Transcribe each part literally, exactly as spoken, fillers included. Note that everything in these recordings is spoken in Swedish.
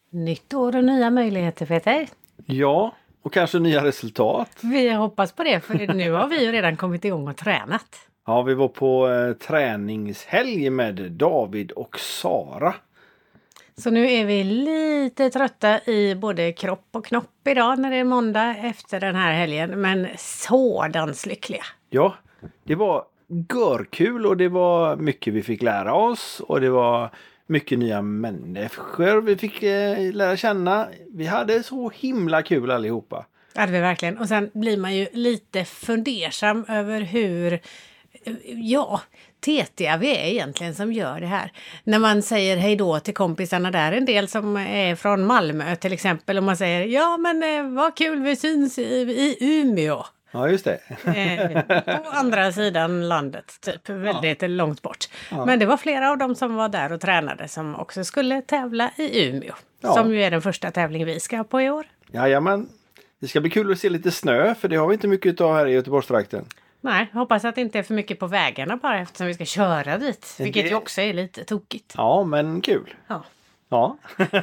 Nytt år och nya möjligheter, Peter. Ja, och kanske nya resultat. Vi hoppas på det, för nu har vi ju redan kommit igång och tränat. Ja, vi var på eh, träningshelg med David och Sara. Så nu är vi lite trötta i både kropp och knopp idag när det är måndag efter den här helgen. Men sådans lyckliga. Ja, det var görkul och det var mycket vi fick lära oss. Och det var mycket nya människor vi fick eh, lära känna. Vi hade så himla kul allihopa. Det hade vi verkligen. Och sen blir man ju lite fundersam över hur... Ja, tetiga vi är egentligen som gör det här. När man säger hej då till kompisarna där, en del som är från Malmö till exempel, och man säger ja men eh, vad kul vi syns i, i Umeå. Ja, just det. eh, på andra sidan landet, typ väldigt ja. långt bort. Ja. Men det var flera av dem som var där och tränade som också skulle tävla i Umeå. Ja. Som ju är den första tävling vi ska på i år. Jajamän. Det ska bli kul att se lite snö, för det har vi inte mycket av här i Göteborgstrakten. Nej, hoppas att det inte är för mycket på vägarna bara eftersom vi ska köra dit. Vilket det... ju också är lite tokigt. Ja, men kul. Ja. Ja.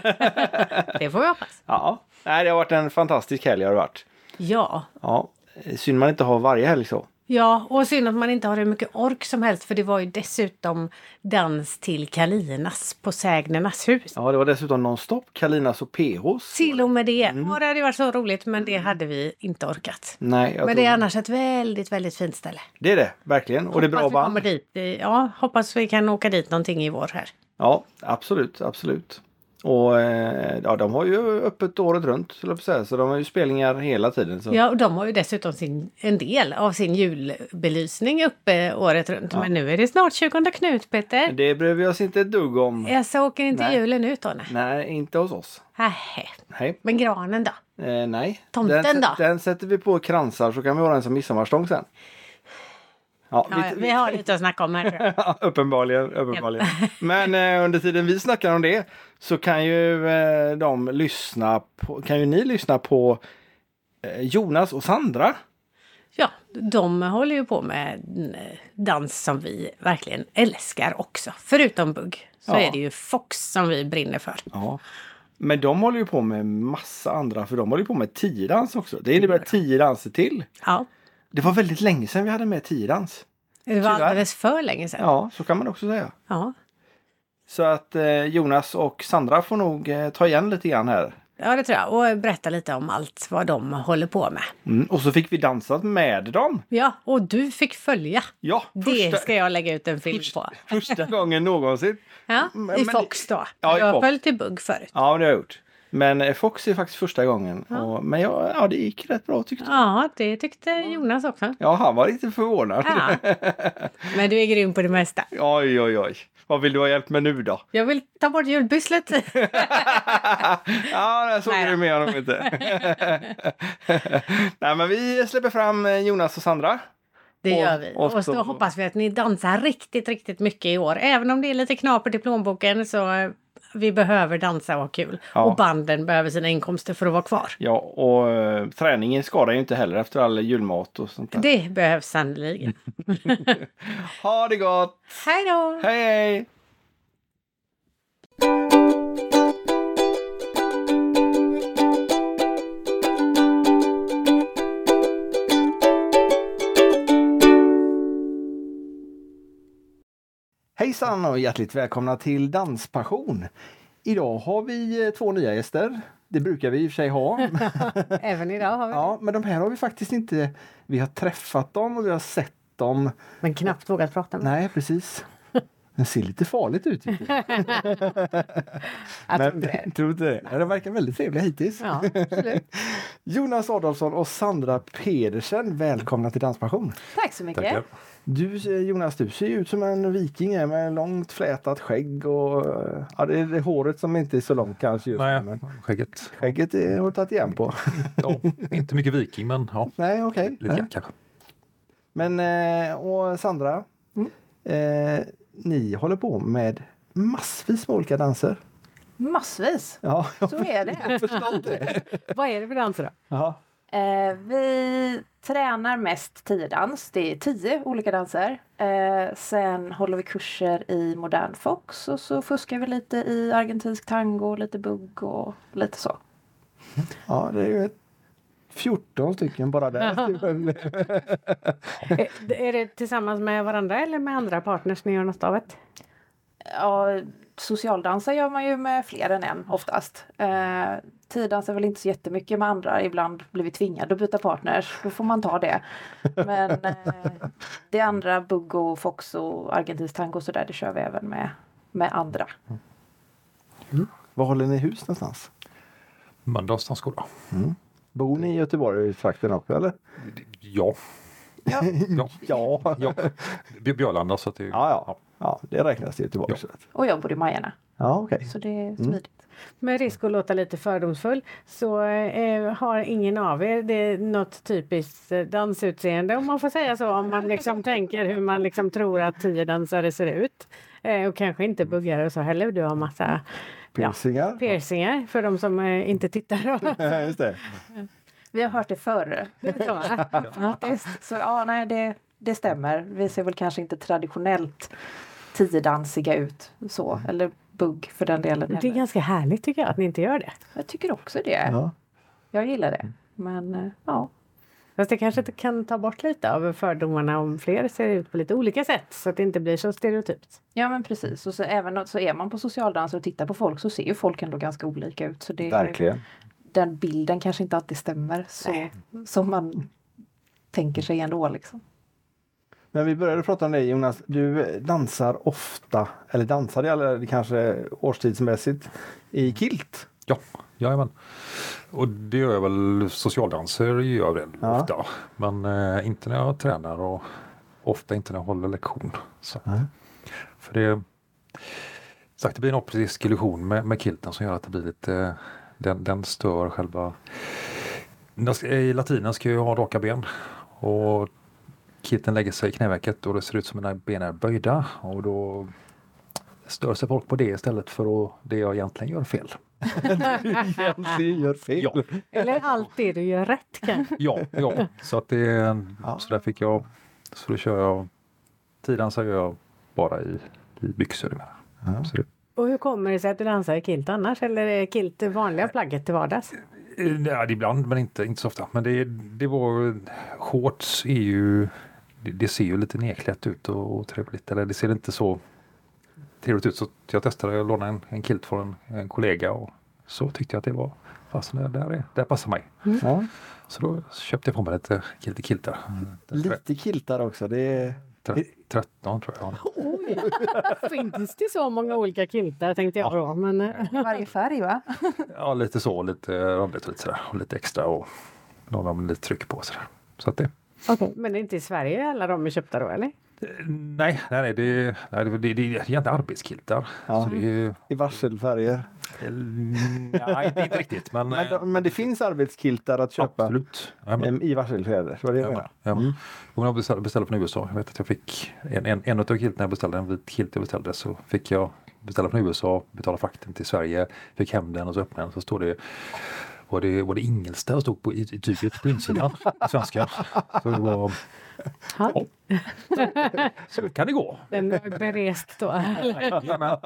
Det får vi hoppas. Ja, nej, det har varit en fantastisk helg har det varit. Ja. Ja, synd man inte har varje helg så. Ja, och synd att man inte har hur mycket ork som helst, för det var ju dessutom dans till Kalinas på Sägnernas hus. Ja, det var dessutom nonstop, Kalinas och P H:s. Till och med det. Mm. Och det hade varit så roligt, men det hade vi inte orkat. Nej, jag men tror... det är annars ett väldigt, väldigt fint ställe. Det är det, verkligen. Och hoppas det är bra band. Kommer dit. Ja, hoppas vi kan åka dit någonting i vår här. Ja, absolut, absolut. Och ja, de har ju öppet året runt, så de har ju spelningar hela tiden. Så. Ja, och de har ju dessutom sin, en del av sin julbelysning uppe året runt. Ja. Men nu är det snart tjugonde Knut, Peter. Det bryr vi oss inte ett dugg om. Jag så åker inte nej. julen ut då? Nej. nej, inte hos oss. Nej. nej. Men granen då? Eh, nej. Tomten den, då? Den sätter vi på kransar så kan vi ha den som midsommarstång sen. Ja, ja, vi har lite att snacka om här. Ja, uppenbarligen, uppenbarligen. Men eh, under tiden vi snackar om det så kan ju eh, de lyssna på, kan ju ni lyssna på eh, Jonas och Sandra. Ja, de håller ju på med dans som vi verkligen älskar också. Förutom bugg så ja. är det ju Fox som vi brinner för. Ja. Men de håller ju på med massa andra, för de håller ju på med tiodans också. Det innebär tio danser till. Ja. Det var väldigt länge sedan vi hade med tiodans. Det var alldeles för länge sedan. Ja, så kan man också säga. Ja. Så att eh, Jonas och Sandra får nog eh, ta igen lite grann här. Ja, det tror jag. Och berätta lite om allt vad de håller på med. Mm, och så fick vi dansat med dem. Ja, och du fick följa. Ja, första, det ska jag lägga ut en film första, på. Första gången någonsin. Ja, men, i Fox då. Ja, jag har följt i bugg förut. Ja, det har jag gjort. Men Fox är faktiskt första gången. Ja. Och, men ja, ja, det gick rätt bra tyckte jag. Ja, det tyckte Jonas också. Ja, han var lite förvånad. Ja. Men du är grym på det mesta. Oj, oj, oj. Vad vill du ha hjälp med nu då? Jag vill ta bort julbysslet. Ja, det såg du med honom inte. Nej, men vi släpper fram Jonas och Sandra. Det gör vi. Och, och så hoppas vi att ni dansar riktigt, riktigt mycket i år. Även om det är lite knapert i plånboken så... Vi behöver dansa och ha kul. Ja. Och banden behöver sina inkomster för att vara kvar. Ja, och uh, träningen skadar ju inte heller efter all julmat och sånt där. Det behövs sannoliken. Ha det gott! Hej då! Hej, hej! Hejsan och hjärtligt välkomna till Danspassion. Idag har vi två nya gäster. Det brukar vi i och för sig ha. Även idag har vi. Ja, men de här har vi faktiskt inte... Vi har träffat dem och vi har sett dem. Men knappt vågat prata med. Nej, precis. Det ser lite farligt ut. Jag men, tror inte det. Tror inte det. Det verkar väldigt trevliga hittills. Ja, absolut. Jonas Adolfsson och Sandra Pedersen, välkomna till Danspassion. Tack så mycket. Tackar. Du, Jonas, du ser ut som en viking med långt flätat skägg och ja, det är det håret som inte är så långt kanske just Nej, nu. Men skägget. Skägget är, har du tagit igen på. Ja, inte mycket viking, men ja. Nej, okej. Okay. Lite grann kanske. Men, och Sandra, mm. eh, ni håller på med massvis med olika danser. Massvis. Ja, så är det. Jag förstår det. Vad är det för danser då? Ja. Eh, vi tränar mest tiodans. Det är tio olika danser. Eh, sen håller vi kurser i modern fox och så fuskar vi lite i argentinsk tango, lite bugg och lite så. Ja, det är ju ett fjorton stycken bara där. är, är det tillsammans med varandra eller med andra partners ni gör något av det? Ja, socialdansa gör man ju med fler än en oftast. Eh, Tiodans är väl inte så jättemycket med andra. Ibland blir vi tvingade att byta partners. Då får man ta det. Men eh, det andra, bugg och fox och argentinsk tango så där, det kör vi även med, med andra. Mm. Var håller ni hus någonstans? Mölndals dansskola. Mm. Bor ni i Göteborg i trakten också eller? Ja. Ja. Ja. Ja. ja. Björlanda så att det Ja, ja. Ja, det räknas till Göteborg. Ja. Och jag bor i Majerna. Ja, okej. Så det är smidigt. Med risk att låta lite fördomsfull så eh, har ingen av er det är något typiskt eh, dansutseende om man får säga så. Om man liksom tänker hur man liksom tror att tio dansare ser ut. Eh, och kanske inte buggar och så heller. Du har massa Piercingar. ja, piercingar för de som eh, inte tittar. Just det. Vi har hört det förr. Faktiskt. Så ja, nej, det, det stämmer. Vi ser väl kanske inte traditionellt tiodansiga ut så. Eller bugg för den delen. Det är heller. ganska härligt tycker jag att ni inte gör det. Jag tycker också det. Ja. Jag gillar det. Men eh, ja. Fast det kanske inte kan ta bort lite av fördomarna om fler ser ut på lite olika sätt så att det inte blir så stereotypt. Ja men precis. Och så även så är man på socialdans och tittar på folk så ser ju folk ändå ganska olika ut. Så det, Verkligen. Den bilden kanske inte alltid stämmer så som man tänker sig ändå liksom. Men vi började prata om dig Jonas. Du dansar ofta, eller dansade eller kanske årstidsmässigt i kilt. Ja, jajamän. Och det gör jag väl, socialdanser gör jag väl Ja. ofta. Men eh, inte när jag tränar och ofta inte när jag håller lektion. Så. Nej. För det, sagt, det blir en optisk illusion med, med kilten som gör att det blir lite, den, den stör själva. I latinen ska jag ha raka ben och kilten lägger sig i knävecket och det ser ut som mina ben är böjda och då stör sig folk på det istället för att det jag egentligen gör fel. Egentligen gör fel. Ja. Eller allt det du gör rätt kanske. Ja, ja. Så att det Ja. så där fick jag, så då kör jag, tiodans gör jag bara i, i byxor. Ja. Så det, Och hur kommer det sig att du dansar i kilt annars? Eller är kilt det vanliga plagget till vardags? ja, det ibland men inte, inte så ofta. Men det, det var, shorts är ju, det, det ser ju lite nedklätt ut och, och trevligt. Eller det ser inte så trevligt ut så jag testade att låna en, en kilt från en, en kollega och så tyckte jag att det var, fast det där, är, det passar mig. Ja. Så då köpte jag på mig lite kilt, kiltar. Lite kiltar också. Det är... tretton tror jag. Oj, finns det så många olika kiltar tänkte jag då. Men, Varje färg va? Ja, lite så, lite rörligt och lite sådär. Och lite extra och några med lite tryck på sådär. Så att det... okay. Men det är inte i Sverige alla de är köpta då eller? Nej, nej, nej, det, nej det, det, det är egentligen arbetskiltar. Ja. Så det är ju... I varselfärger. Nej, det är inte riktigt. Men, Men, de- men det finns arbetskiltar att köpa absolut. Ja, men, em, i varselkläder. Så var det jag ja, menar. ja, men. Och när jag beställde, beställde från U S A. Jag vet att jag fick en, en, en av kiltarna jag beställde, en vit kilt jag beställde, så fick jag beställa från U S A, betala frakten till Sverige, fick hem den och så öppnade den så står det var det, var det Ingelsta och stod på, i, i tyget på insidan, svenska. Så det var... Ja. Ja. Så kan det gå. Den var berest då. Jajamän.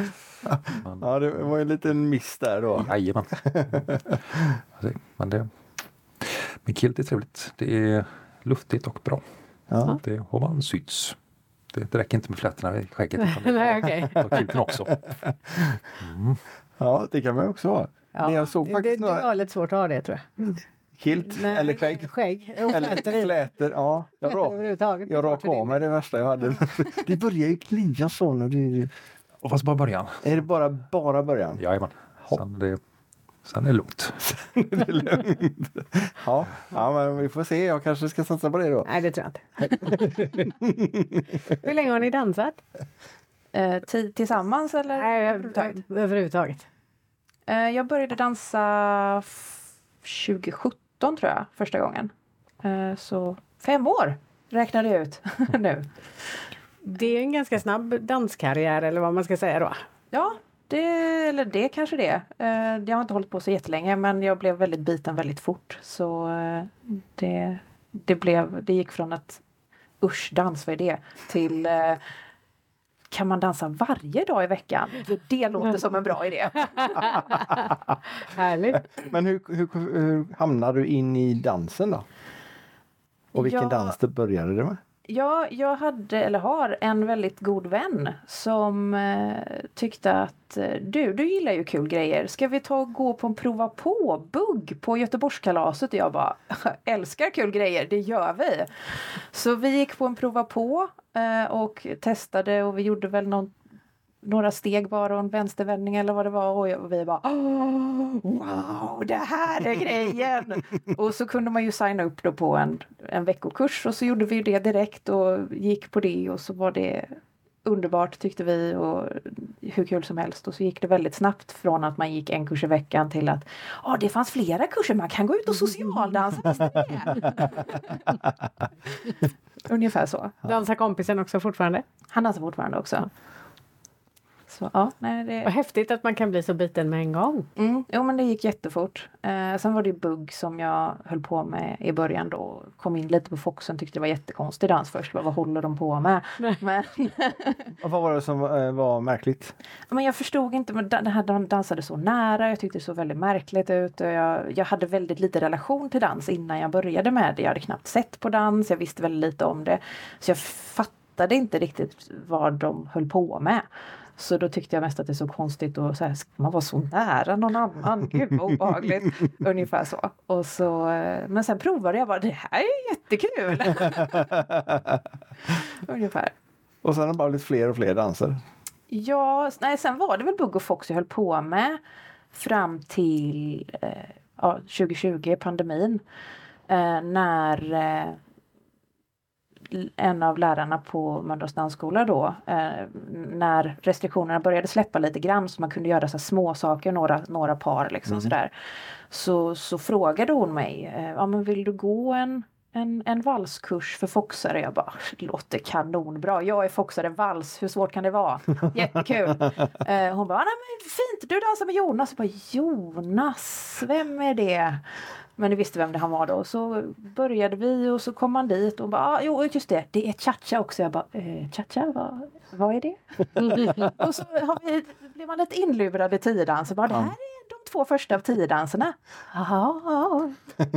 Ja, det var ju en liten miss där då. Jajamän. Men det... Men kilt är trevligt. Det är luftigt och bra. Ja. Det har man syns. Det, det räcker inte med flätorna i skägget. Utan Nej, okej. det har kilten också. Mm. Ja, det kan man ju också ha. Ja. Jag såg Det, faktiskt det några var lite svårt att ha det tror jag. kilt Nej, eller skägg. Skägg. Och Eller flätor i. flätor. Ja, jag, rak, Överhuvudtaget. jag rakade av mig det värsta jag hade. Det börjar ju klia så när det Och fast bara början. är det bara, bara början. Jajamän. Sen, det, sen är det lugnt. Det är lugnt. Ja, ja, men vi får se. Jag kanske ska satsa på det då. Nej, det tror jag inte. Hur länge har ni dansat? Eh, ti- tillsammans eller? Nej, överhuvudtaget? överhuvudtaget. Eh, jag började dansa f- tjugo sjutton tror jag, första gången. Eh, så fem år räknade jag ut nu. Det är en ganska snabb danskarriär eller vad man ska säga då. Ja, det, eller det kanske det. Eh, jag har inte hållit på så jättelänge men jag blev väldigt biten väldigt fort. Så eh, det, det, blev, det gick från att usch, dans, vad är det? Till eh, kan man dansa varje dag i veckan? Det låter som en bra idé. Härligt. Men hur, hur, hur hamnar du in i dansen då? Och vilken Ja. dans det började det med? Ja, jag hade, eller har, en väldigt god vän som eh, tyckte att eh, du, du gillar ju kul grejer. Ska vi ta och gå på en prova på-bugg på Göteborgskalaset? Och jag bara, älskar kul grejer, det gör vi. Så vi gick på en prova på eh, och testade och vi gjorde väl någon, några steg bara och en vänstervändning eller vad det var. Och, jag, och vi bara, oh, wow, det här är grejen! Och så kunde man ju signa upp då på en, en veckokurs och så gjorde vi det direkt och gick på det och så var det underbart tyckte vi och hur kul som helst. Och så gick det väldigt snabbt från att man gick en kurs i veckan till att oh, det fanns flera kurser, man kan gå ut och socialdansa. Visst det? Ungefär så. Dansar kompisen också fortfarande? Han dansar fortfarande också. Så, ja, nej, det... Vad häftigt att man kan bli så biten med en gång. Mm, jo men det gick jättefort. Eh, sen var det bugg som jag höll på med i början då. Kom in lite på Foxen, tyckte det var jättekonstig dans först. Vad håller de på med? Men, Och vad var det som eh, var märkligt? men jag förstod inte, men den här de dansade så nära. Jag tyckte det såg väldigt märkligt ut. Och jag, jag hade väldigt lite relation till dans innan jag började med det. Jag hade knappt sett på dans, jag visste väldigt lite om det. Så jag fattade inte riktigt vad de höll på med. Så då tyckte jag mest att det såg konstigt och så här, ska man vara så nära någon annan? Gud vad obehagligt. Ungefär så. Och så. Men sen provade jag bara, det här är jättekul. Ungefär. Och sen har det bara blivit fler och fler danser. Ja, nej, sen var det väl Bugg och Fox jag höll på med fram till eh, ja, tjugo tjugo, pandemin. Eh, när eh, en av lärarna på Mölndals dansskola då, eh, när restriktionerna började släppa lite grann så man kunde göra så här små saker, några, några par liksom mm. sådär. Så, så frågade hon mig, eh, ja men vill du gå en, en, en valskurs för foxare? Jag bara, det låter kanonbra. Jag är foxare, vals, hur svårt kan det vara? Jättekul. eh, hon bara, nej men fint, du dansar med Jonas. Jag bara, Jonas, vem är det? Men du visste vem det han var då. Så började vi och så kom man dit och bara, ah, jo just det, det är cha-cha också. Jag bara, eh, cha-cha, vad, vad är det? Och så har vi, blev man lite inlurad i tiodans och bara, det här är de två första av tiodanserna. Jaha.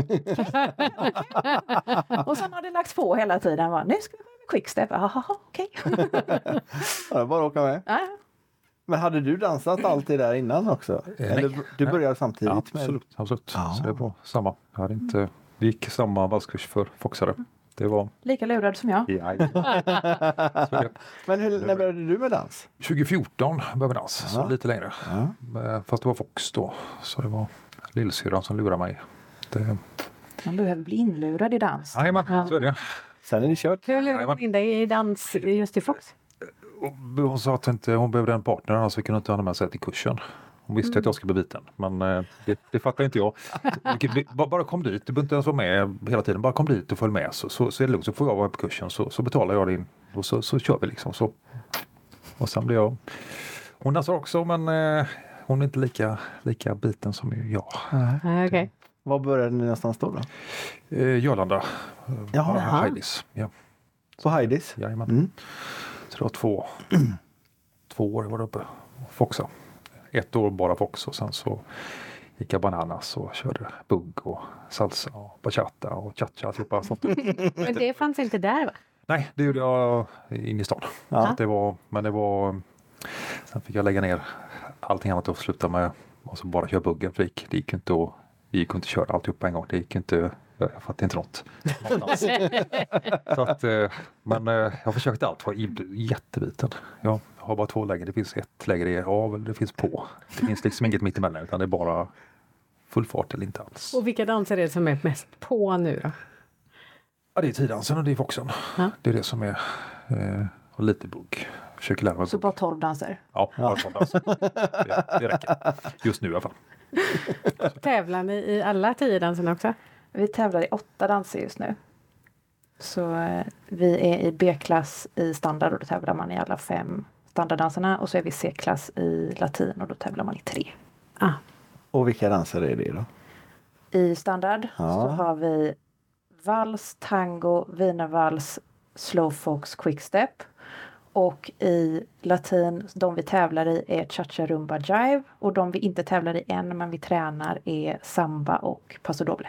Och sen har det lagts på hela tiden. Bara, nu ska vi börja med quickstep. Jaha, okej. Ja, bara åka med. Ja. Men hade du dansat allt det där innan också? Eh, Eller nej. du började samtidigt? Ja, absolut. Med... absolut. Ja. Så det var samma. Jag hade inte, det gick samma valskurs för foxare. Det var... Lika lurad som jag. Ja, så det. Men hur, när började du med dans? tjugo fjorton började vi dans, Ja. så lite längre. Ja. Fast det var Fox då. Så det var lillsyrran som lurade mig. Det... Man behöver bli inlurad i dans. Jajamän, Ja. så är det. Sen är det kört. Hur lurade hon in dig i dans just i Fox? Och hon sa att inte, hon behövde en partner, annars kunde hon inte ha med sig till kursen. Hon visste mm. att jag skulle bli biten, men eh, det, det fattar inte jag. Bara kom dit, du behöver inte ens vara med hela tiden. Bara kom dit och följ med så, så, så är det lugnt. Så får jag vara på kursen så, så betalar jag din och så, så kör vi liksom. Så. Och sen blir jag... Hon dansar också, men eh, hon är inte lika, lika biten som jag. Ah, okay. Var började ni någonstans då? då? Eh, Jörlanda. Jaha. Heidis. Ja. På Heidis? Jajamän. Mm. Jag tror två, två år var det uppe och foxa. Ett år bara fox och sen så gick jag bananas och körde bugg och salsa och bachata och cha-cha. Typ av sånt. Men det fanns inte där va? Nej, det gjorde jag inne i stan. Ja. Det var, men det var... Sen fick jag lägga ner allting annat och sluta med och så bara köra buggen. För det gick, det gick inte att, det gick inte att köra alltihop på en gång. Det gick inte... Jag fattar inte något. Så att, men jag försökte allt. Var jättebiten. Jag har bara två läger. Det finns ett läger av eller det finns på. Det finns liksom inget mitt emellan utan det är bara full fart eller inte alls. Och vilka danser är det som är mest på nu då? Ja, det är tiddansen och det är foxen. Ha? Det är det som är eh, och lite bugg. Försöker lära mig. Så bara tolv danser? Ja, bara tolv danser. Det, det räcker. Just nu i alla fall. Tävlar ni i alla tio danserna också? Vi tävlar i åtta danser just nu. Så eh, vi är i B-klass i standard och då tävlar man i alla fem standarddanserna och så är vi C-klass i latin och då tävlar man i tre. Ah. Och vilka danser är det då? I standard Ja. så har vi vals, tango, wienervals, slowfox, quickstep. Och i latin, de vi tävlar i är cha-cha, rumba, jive. Och de vi inte tävlar i än men vi tränar är samba och paso doble.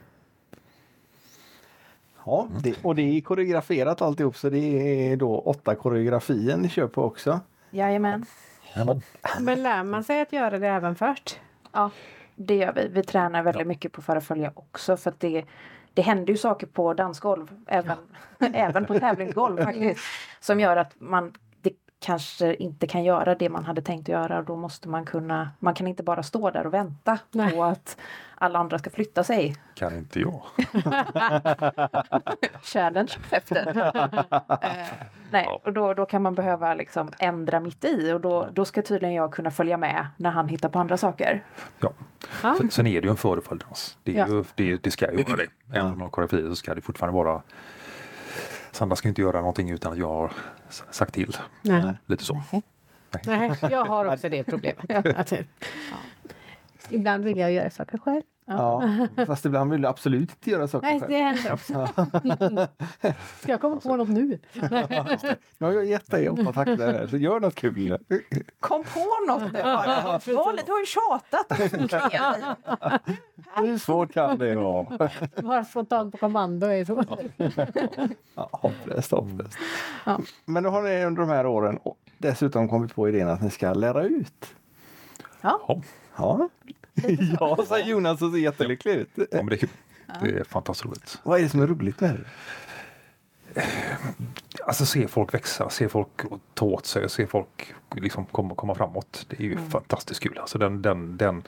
Ja, det, och det är koreograferat alltihop så det är då åtta koreografier ni kör på också. Jajamän. Men lär man sig att göra det även först? Ja, det gör vi. Vi tränar väldigt mycket på för att följa också för att det, det händer ju saker på dansgolv, även, även på tävlingsgolv faktiskt, som gör att man det kanske inte kan göra det man hade tänkt att göra och då måste man kunna, man kan inte bara stå där och vänta Nej. på att alla andra ska flytta sig. Kan inte jag. Challenge efter. eh, nej, och då, då kan man behöva liksom ändra mitt i och då, då ska tydligen jag kunna följa med när han hittar på andra saker. Ja. Ja. Sen, sen är det ju en föreföljdans. Det, är Ja. ju, det, det ska ju vara det. Även om man har koreografier så ska det fortfarande vara... Sandra ska inte göra någonting utan att jag har s- sagt till. Nej. Lite så. Nej, jag har också det problemet. Att, ja. Ibland vill jag göra saker själv. Ja, fast ibland vill du absolut inte göra saker Nej, själv. det händer också. Ska jag komma på något nu? Nu har jag gett dig åtta takter här, så gör något kul nu. Kom på något nu! Ja, du har ju tjatat om det. Hur svårt kan det vara? Bara spontant på kommando är så. Ja, hopplöst, hopplöst. Ja. Men då har ni under de här åren dessutom kommit på idén att ni ska lära ut. Ja, Ja, ja säger Jonas och ser jättelycklig ut. ja men det är kul. Det är fantastiskt roligt. Vad är det som är roligt med det? Alltså se folk växa, se folk ta åt sig, se folk liksom komma, komma framåt. Det är ju Mm. fantastiskt kul. Alltså den, den, den,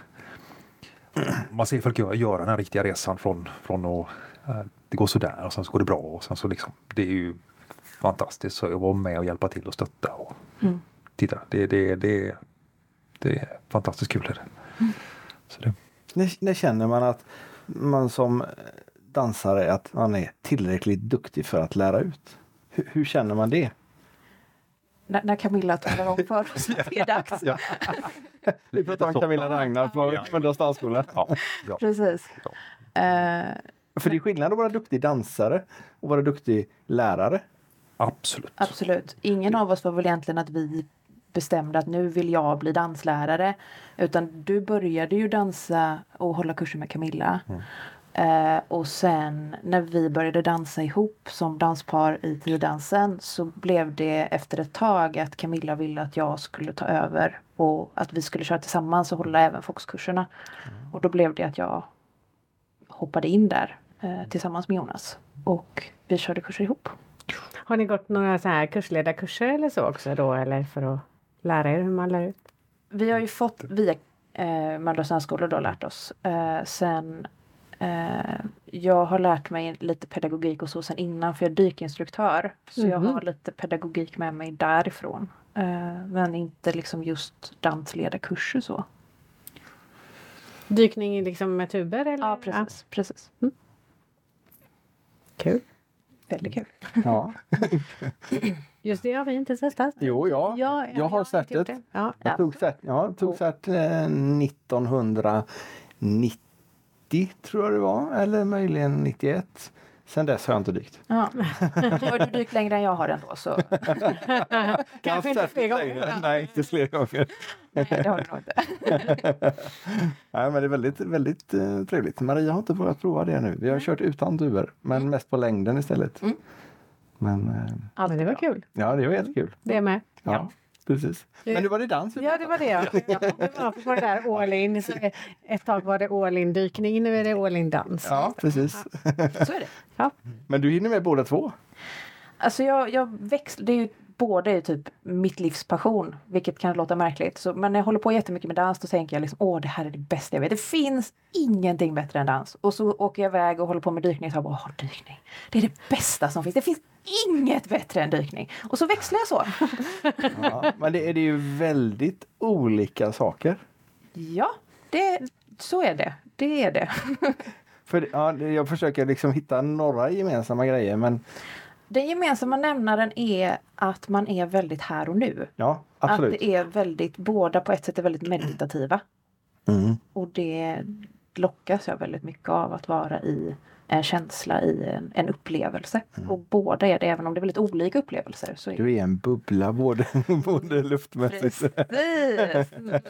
man ser folk göra, göra den här riktiga resan från, från att äh, det går sådär och sen så går det bra och sen så liksom, det är ju fantastiskt. Så jag var med och hjälpa till och stötta och Mm. titta, det, det, det, det är fantastiskt kul. Är det. Mm. Så det. När, när känner man att man som dansare att man är tillräckligt duktig för att lära ut? Hur, hur känner man det? När, när Camilla talar om för oss att det är dags. Ja. Vi pratar om Camilla Ragnar på Mölndals dansskola. Ja, ja. Precis. Eh, För det är skillnad att vara duktig dansare och vara duktig lärare. Absolut. absolut. Ingen av oss var väl egentligen att vi bestämde att nu vill jag bli danslärare. Utan du började ju dansa och hålla kurser med Camilla. Mm. Eh, och sen när vi började dansa ihop som danspar i tiodansen så blev det efter ett tag att Camilla ville att jag skulle ta över och att vi skulle köra tillsammans och hålla även foxkurserna. Mm. Och då blev det att jag hoppade in där eh, tillsammans med Jonas och vi körde kurser ihop. Har ni gått några så här kursledarkurser eller så också då? Eller för att lära er hur man lär ut? Vi har ju fått via eh, Mölndals dansskola då lärt oss. Eh, sen eh, jag har lärt mig lite pedagogik och så sen innan för jag är dykinstruktör. Så jag Mhm. har lite pedagogik med mig därifrån. Eh, men inte liksom just dansledarkurser så. Dykning liksom med tuber? Eller? Ja precis. precis. Kul. Väldigt kul. Ja. Just det har vi inte testat. Jo, ja. Ja, jag har inte sett gjort det. det. Ja. Jag tog cert, ja, tog cert eh, nittonhundranittio tror jag det var. Eller möjligen nittioett. Sen dess har jag inte dykt. Ja. Då har du dykt längre än jag har ändå så. Kanske inte fler gånger. Nej, inte fler gånger. Nej, det har du nog inte. Nej, men det är väldigt, väldigt eh, trevligt. Maria har inte vågat prova det nu. Vi har kört utan duer, men mest på längden istället. Mm. Men eh, Men det var kul. ja, det var jättekul. Det med. Ja, precis. Men nu var det dans. Ja, det var det. Ja. Ja, det var på det där all in. Så ett tag var det all in dykning, nu är det all in dans. Ja, precis. Så är det. Ja. Men du hinner med båda två? Alltså jag, jag växlar, det är ju båda är typ mitt livs passion, vilket kan låta märkligt. Så, men när jag håller på jättemycket med dans då tänker jag liksom, åh det här är det bästa jag vet. Det finns ingenting bättre än dans. Och så åker jag iväg och håller på med dykning och så bara, åh dykning, det är det bästa som finns. Det finns inget bättre än dykning. Och så växlar jag så. Ja, men det är det ju väldigt olika saker. Ja, det, så är det. Det är det. För ja, det- jag försöker liksom hitta några gemensamma grejer, men Den gemensamma nämnaren är att man är väldigt här och nu. Ja, absolut. Att det är väldigt, båda på ett sätt är väldigt meditativa. Mm. Och det lockas jag väldigt mycket av att vara i en känsla, i en, en upplevelse. Mm. Och båda är det, även om det är väldigt olika upplevelser. Så är du är en bubbla både, både luftmässigt. Precis,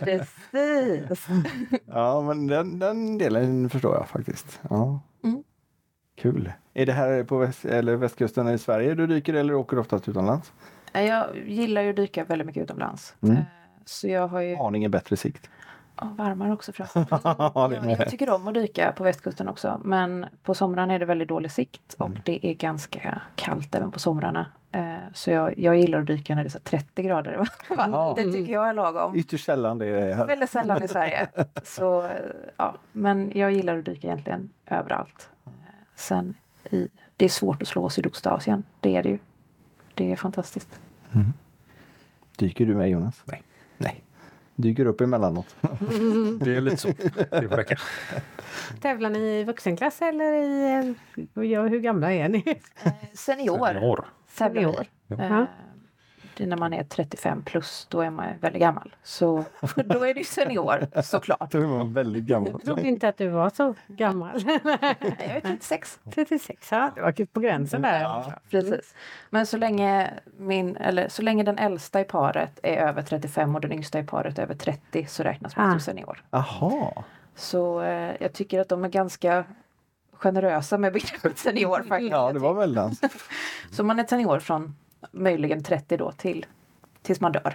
precis. Ja, men den, den delen förstår jag faktiskt. Ja. Mm. Kul. Är det här på väst, eller västkusten i Sverige du dyker eller åker du oftast utomlands? Jag gillar ju att dyka väldigt mycket utomlands. Mm. Så jag har ju... Aningen bättre sikt. Ja, varmare också förresten. Ja, det är jag, jag tycker om att dyka på västkusten också. Men på somrarna är det väldigt dålig sikt. Och Mm. det är ganska kallt även på somrarna. Så jag, jag gillar att dyka när det är så trettio grader i vattnet. Ja. Det tycker jag är lagom. Ytterst sällan det är här. Väldigt sällan i Sverige. Så, ja. Men jag gillar att dyka egentligen överallt. Sen i, det är svårt att slå Sydostasien. Det är det ju. Det är fantastiskt. Mm. Dyker du med Jonas? Nej. Nej. Dyker upp emellanåt. Det är lite så. Det får räcka. Tävlar ni i vuxenklass eller i... Ja, hur gamla är ni? Senior. Senior. Senior. Ja. Eh, det är när man är trettiofem plus, då är man väldigt gammal. Så då är det senior, såklart. Då är man väldigt gammal. Jag trodde inte att du var så gammal. Jag är trettiosex. trettiosex, ja. Det var på gränsen där. Ja. Precis. Men så länge, min, eller, så länge den äldsta i paret är över trettiofem och den yngsta i paret är över trettio så räknas man Ah. som senior. Aha. Så eh, jag tycker att de är ganska generösa med begreppet senior faktiskt. Ja, det var väldans. Så man är senior från möjligen trettio då till tills man dör.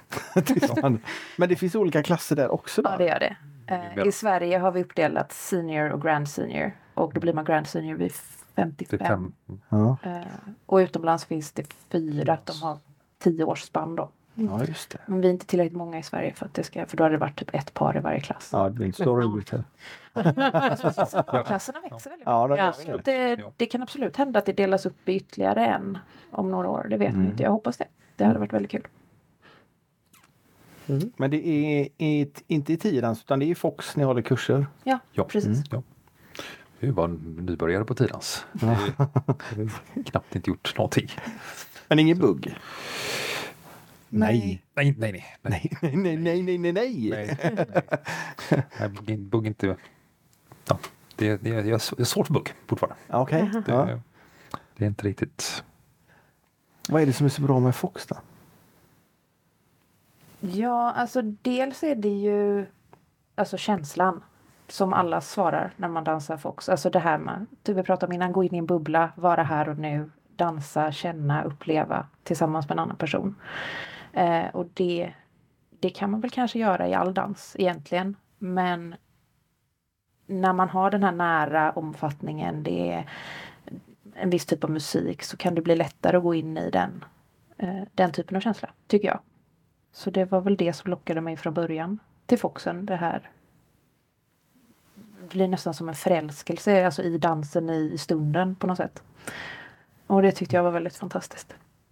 Men det finns olika klasser där också då? Ja, det gör det. Eh, I Sverige har vi uppdelat senior och grand senior. Och då blir man grand senior vid femtiofem. fem. Ja. Eh, och utomlands finns det fyra. De har tio års spann då. Ja, just det. Men vi är inte tillräckligt många i Sverige för att det ska, för då hade det varit typ ett par i varje klass. Ja, det blir inte så roligt här. Klasserna växer väldigt Ja, det Ja. är det. Det, det kan absolut hända att det delas upp i ytterligare en om några år. Det vet Mm. man inte. Jag hoppas det. Det hade varit väldigt kul. Men det är i, inte i Tidans utan det är i Fox ni håller kurser. Ja, Ja. precis. Ja. Vi var nybörjare på Tidans. Vi har knappt inte gjort någonting. Men ingen bugg? Nej. Nej, nej, nej. nej. Nej, nej, nej, nej, nej, nej. nej. nej bugg, bugg inte... Ja, det, det, är, det är svårt för bugg fortfarande. Okej. Det, Ja. det är inte riktigt... Vad är det som är så bra med Fox då? Ja, alltså dels är det ju alltså känslan som alla svarar när man dansar Fox. Alltså det här med, du vi pratade om innan, gå in i en bubbla, vara här och nu, dansa, känna, uppleva tillsammans med en annan person. Eh, och det, det kan man väl kanske göra i all dans egentligen. Men när man har den här nära omfattningen, det är en viss typ av musik, så kan det bli lättare att gå in i den, eh, den typen av känsla, tycker jag. Så det var väl det som lockade mig från början till Foxen. Det här det blir nästan som en förälskelse alltså i dansen i stunden på något sätt. Och det tyckte jag var väldigt fantastiskt.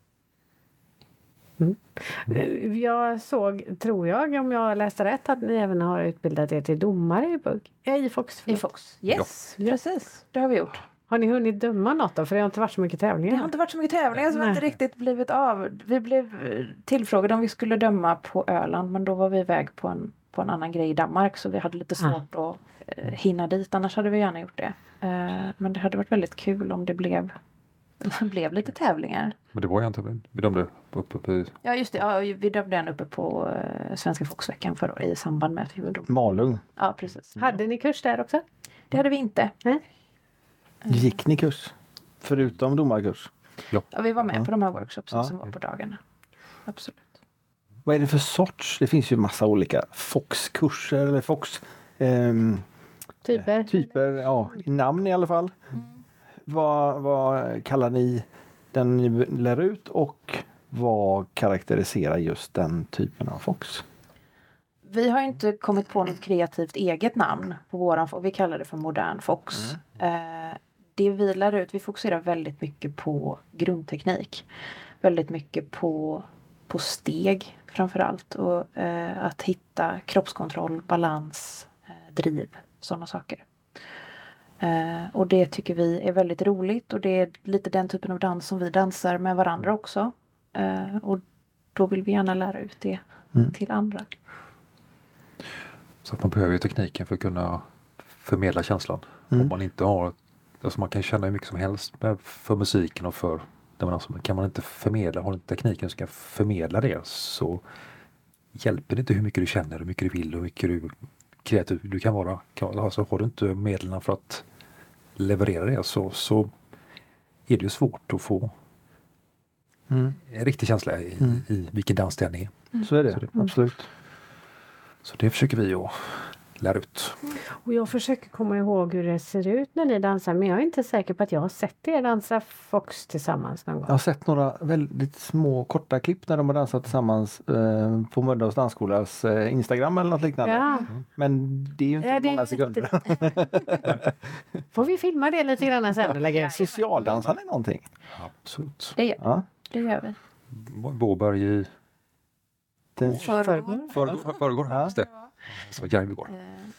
Mm. Jag såg, tror jag, om jag läste rätt, att ni även har utbildat er till domare i bugg. Ja, i Fox. I Fox. Yes, ja. Precis. Det har vi gjort. Har ni hunnit döma något då? För det har inte varit så mycket tävlingar. Det har inte varit så mycket tävlingar som inte riktigt blivit av. Vi blev tillfrågade om vi skulle döma på Öland, men då var vi iväg på en, på en annan grej i Danmark, så vi hade lite svårt ah. att eh, hinna dit. Annars hade vi gärna gjort det. Eh, men det hade varit väldigt kul om det blev, blev lite tävlingar. Men det var ju inte, vi dömde uppe på... Ja, just det. Ja, vi dömde den uppe på eh, Svenska Foxveckan för, i samband med att vi gjorde. Malung. Ja, precis. Hade ni kurs där också? Det hade vi inte. Nej. Gick ni kurs? Förutom domarkurs? Ja. Ja, vi var med Ja. på de här workshopsen Ja. som var på dagarna. Absolut. Vad är det för sorts? Det finns ju massa olika Fox-kurser eller Fox ehm, Typer? typer, ja, i namn i alla fall. Mm. Vad, vad kallar ni den ni lär ut och vad karaktäriserar just den typen av Fox? Vi har inte kommit på något kreativt eget namn på våran, och vi kallar det för modern Fox. Mm. Eh, det vi lär ut, vi fokuserar väldigt mycket på grundteknik. Väldigt mycket på, på steg framförallt. Och eh, att hitta kroppskontroll, balans, eh, driv, sådana saker. Eh, och det tycker vi är väldigt roligt och det är lite den typen av dans som vi dansar med varandra också. Eh, och då vill vi gärna lära ut det mm. till andra. Så att man behöver ju tekniken för att kunna förmedla känslan. Mm. Om man inte har, alltså man kan känna hur mycket som helst med, för musiken och för, där man alltså, kan man inte förmedla, har inte tekniken som ska förmedla det så hjälper det inte hur mycket du känner, hur mycket du vill och hur mycket du kreativ du kan vara. Alltså har du inte medlen för att leverera det så, så är det ju svårt att få mm. en riktig känsla i, mm. i vilken dans den är. Mm. Så är det, så det absolut. Så det försöker vi att lära ut. Och jag försöker komma ihåg hur det ser ut när ni dansar men jag är inte säker på att jag har sett er dansa Fox tillsammans någon gång. Jag har sett några väldigt små korta klipp när de har dansat tillsammans eh, på Mölndals dansskolas eh, Instagram eller något liknande. Ja. Mm. Men det är ju inte ja, många inte... sekunder. Får vi filma det lite grann sen? Lägger... Socialdansar ni någonting? Absolut. Det gör, ja. det gör vi. Båberg i Förrgår. Förrgår. Förrgår. Ja. Just det. Så Järvigår.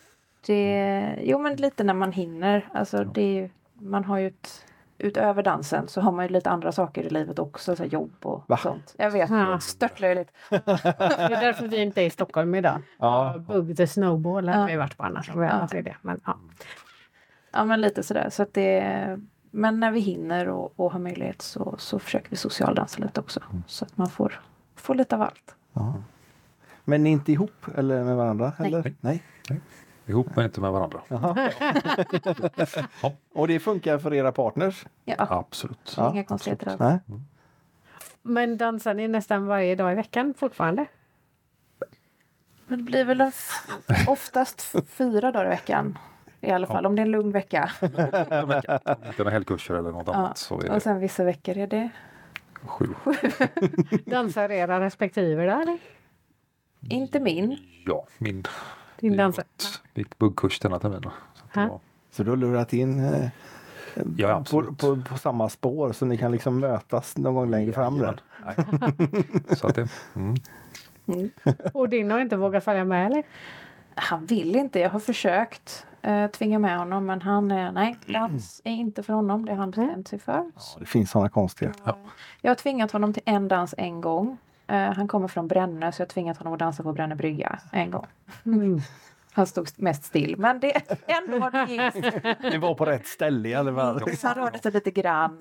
Det, jo men lite när man hinner. Alltså det är ju, man har ju ett, utöver dansen så har man ju lite andra saker i livet också. Så jobb och Va? sånt. Jag vet, ja. störtlöjligt. Det är därför vi inte är i Stockholm idag. Ja. Bug the snowball har ja. vi varit på annars. Vi ja. det. Men, ja. ja men lite sådär. Så att det, men när vi hinner och, och har möjlighet så, så försöker vi socialdansa lite också. Mm. Så att man får, får lite av allt. Ja. Men ni är inte ihop eller med varandra? Nej. Eller? Nej. Nej. Ihop men inte med varandra. Ja. Och det funkar för era partners? Ja, absolut. Ja. Inga konstigheter alls. Mm. Men dansar ni nästan varje dag i veckan fortfarande? Men det blir väl oftast fyra dagar i veckan. I alla fall, ja. om det är en lugn vecka. Inte några helgkurser eller något ja. annat. Så är det. Och sen vissa veckor är det sju. Dansar era respektive där eller? Inte min. Ja, min. Din dansar. Mitt buggkurs denna terminen. Så, var... så du har lurat in eh, ja, på, på, på samma spår så ni kan liksom mötas någon gång längre fram där. Så att det, mm. Mm. Och din har inte vågat följa med eller? Han vill inte. Jag har försökt eh, tvinga med honom men han är, nej, dans är inte för honom. Det har han bestämt sig för. Ja, det finns sådana konstiga. Ja. Jag har tvingat honom till en dans en gång. Uh, han kommer från Brännö så jag tvingat honom att dansa på Brännö brygga en gång. Mm. Han stod mest still men det ändå var det. Det var på rätt ställe i alla fall. Han rörde sig lite grann.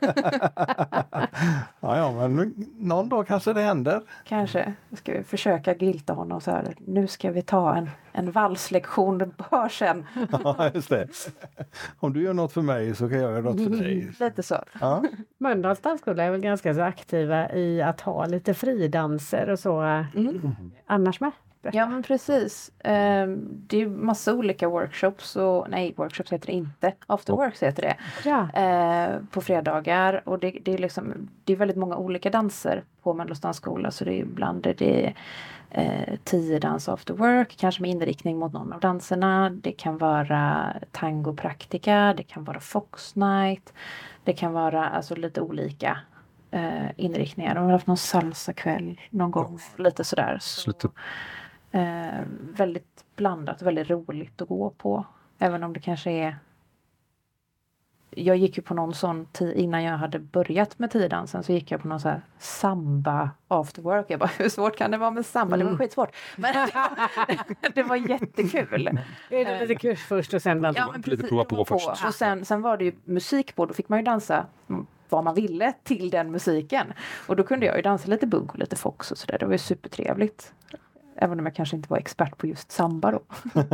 ja, ja, men någon dag kanske det händer. Kanske. Ska vi försöka gilta honom så här. Nu ska vi ta en, en valslektion på sen. Ja, just det. Om du gör något för mig så kan jag göra något för dig. Lite så. Ja. Mölndals dansskola är väl ganska så aktiva i att ha lite fridanser och så mm. annars med. Ja men precis. Um, det är massa olika workshops och nej workshops heter det inte. Afterworks heter det. Ja. Uh, på fredagar och det, det är liksom det är väldigt många olika danser på Mölndals dansskola så det är ibland är det uh, tio dans after work kanske med inriktning mot någon av danserna. Det kan vara tango praktika, det kan vara fox night. Det kan vara alltså lite olika uh, inriktningar. De har haft någon salsa kväll någon gång lite sådär. Så, Eh, väldigt blandat och väldigt roligt att gå på. Även om det kanske är... Jag gick ju på någon sån tid innan jag hade börjat med tiodansen så gick jag på någon så här samba after work. Jag bara, hur svårt kan det vara med samba? Mm. Det var skitsvårt. Men det var, det var jättekul. Det är lite kurs först och sen ja, men lite prova på, på först. Och sen, sen var det ju musik på. Då fick man ju dansa vad man ville till den musiken. Och då kunde jag ju dansa lite bugg och lite fox och sådär. Det var ju supertrevligt. Även om jag kanske inte var expert på just samba då.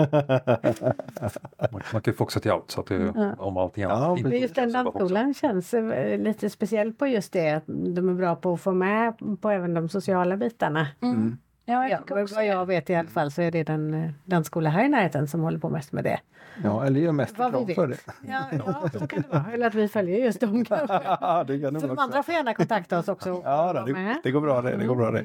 man, man kan ju foxa till allt så att det mm. om allting annat. Ja, just den dansskolan känns lite speciell på just det. Att de är bra på att få med på även de sociala bitarna. Mm. Ja, jag ja, vad jag vet i alla fall så är det den dansskola här i närheten som håller på mest med det. Ja, eller gör mest reklam för det. Ja, ja, så kan det vara. Eller att vi följer just dem. Ja, det kan så de andra får gärna kontakta oss också. Ja, då, det, det går bra det. Det går bra det.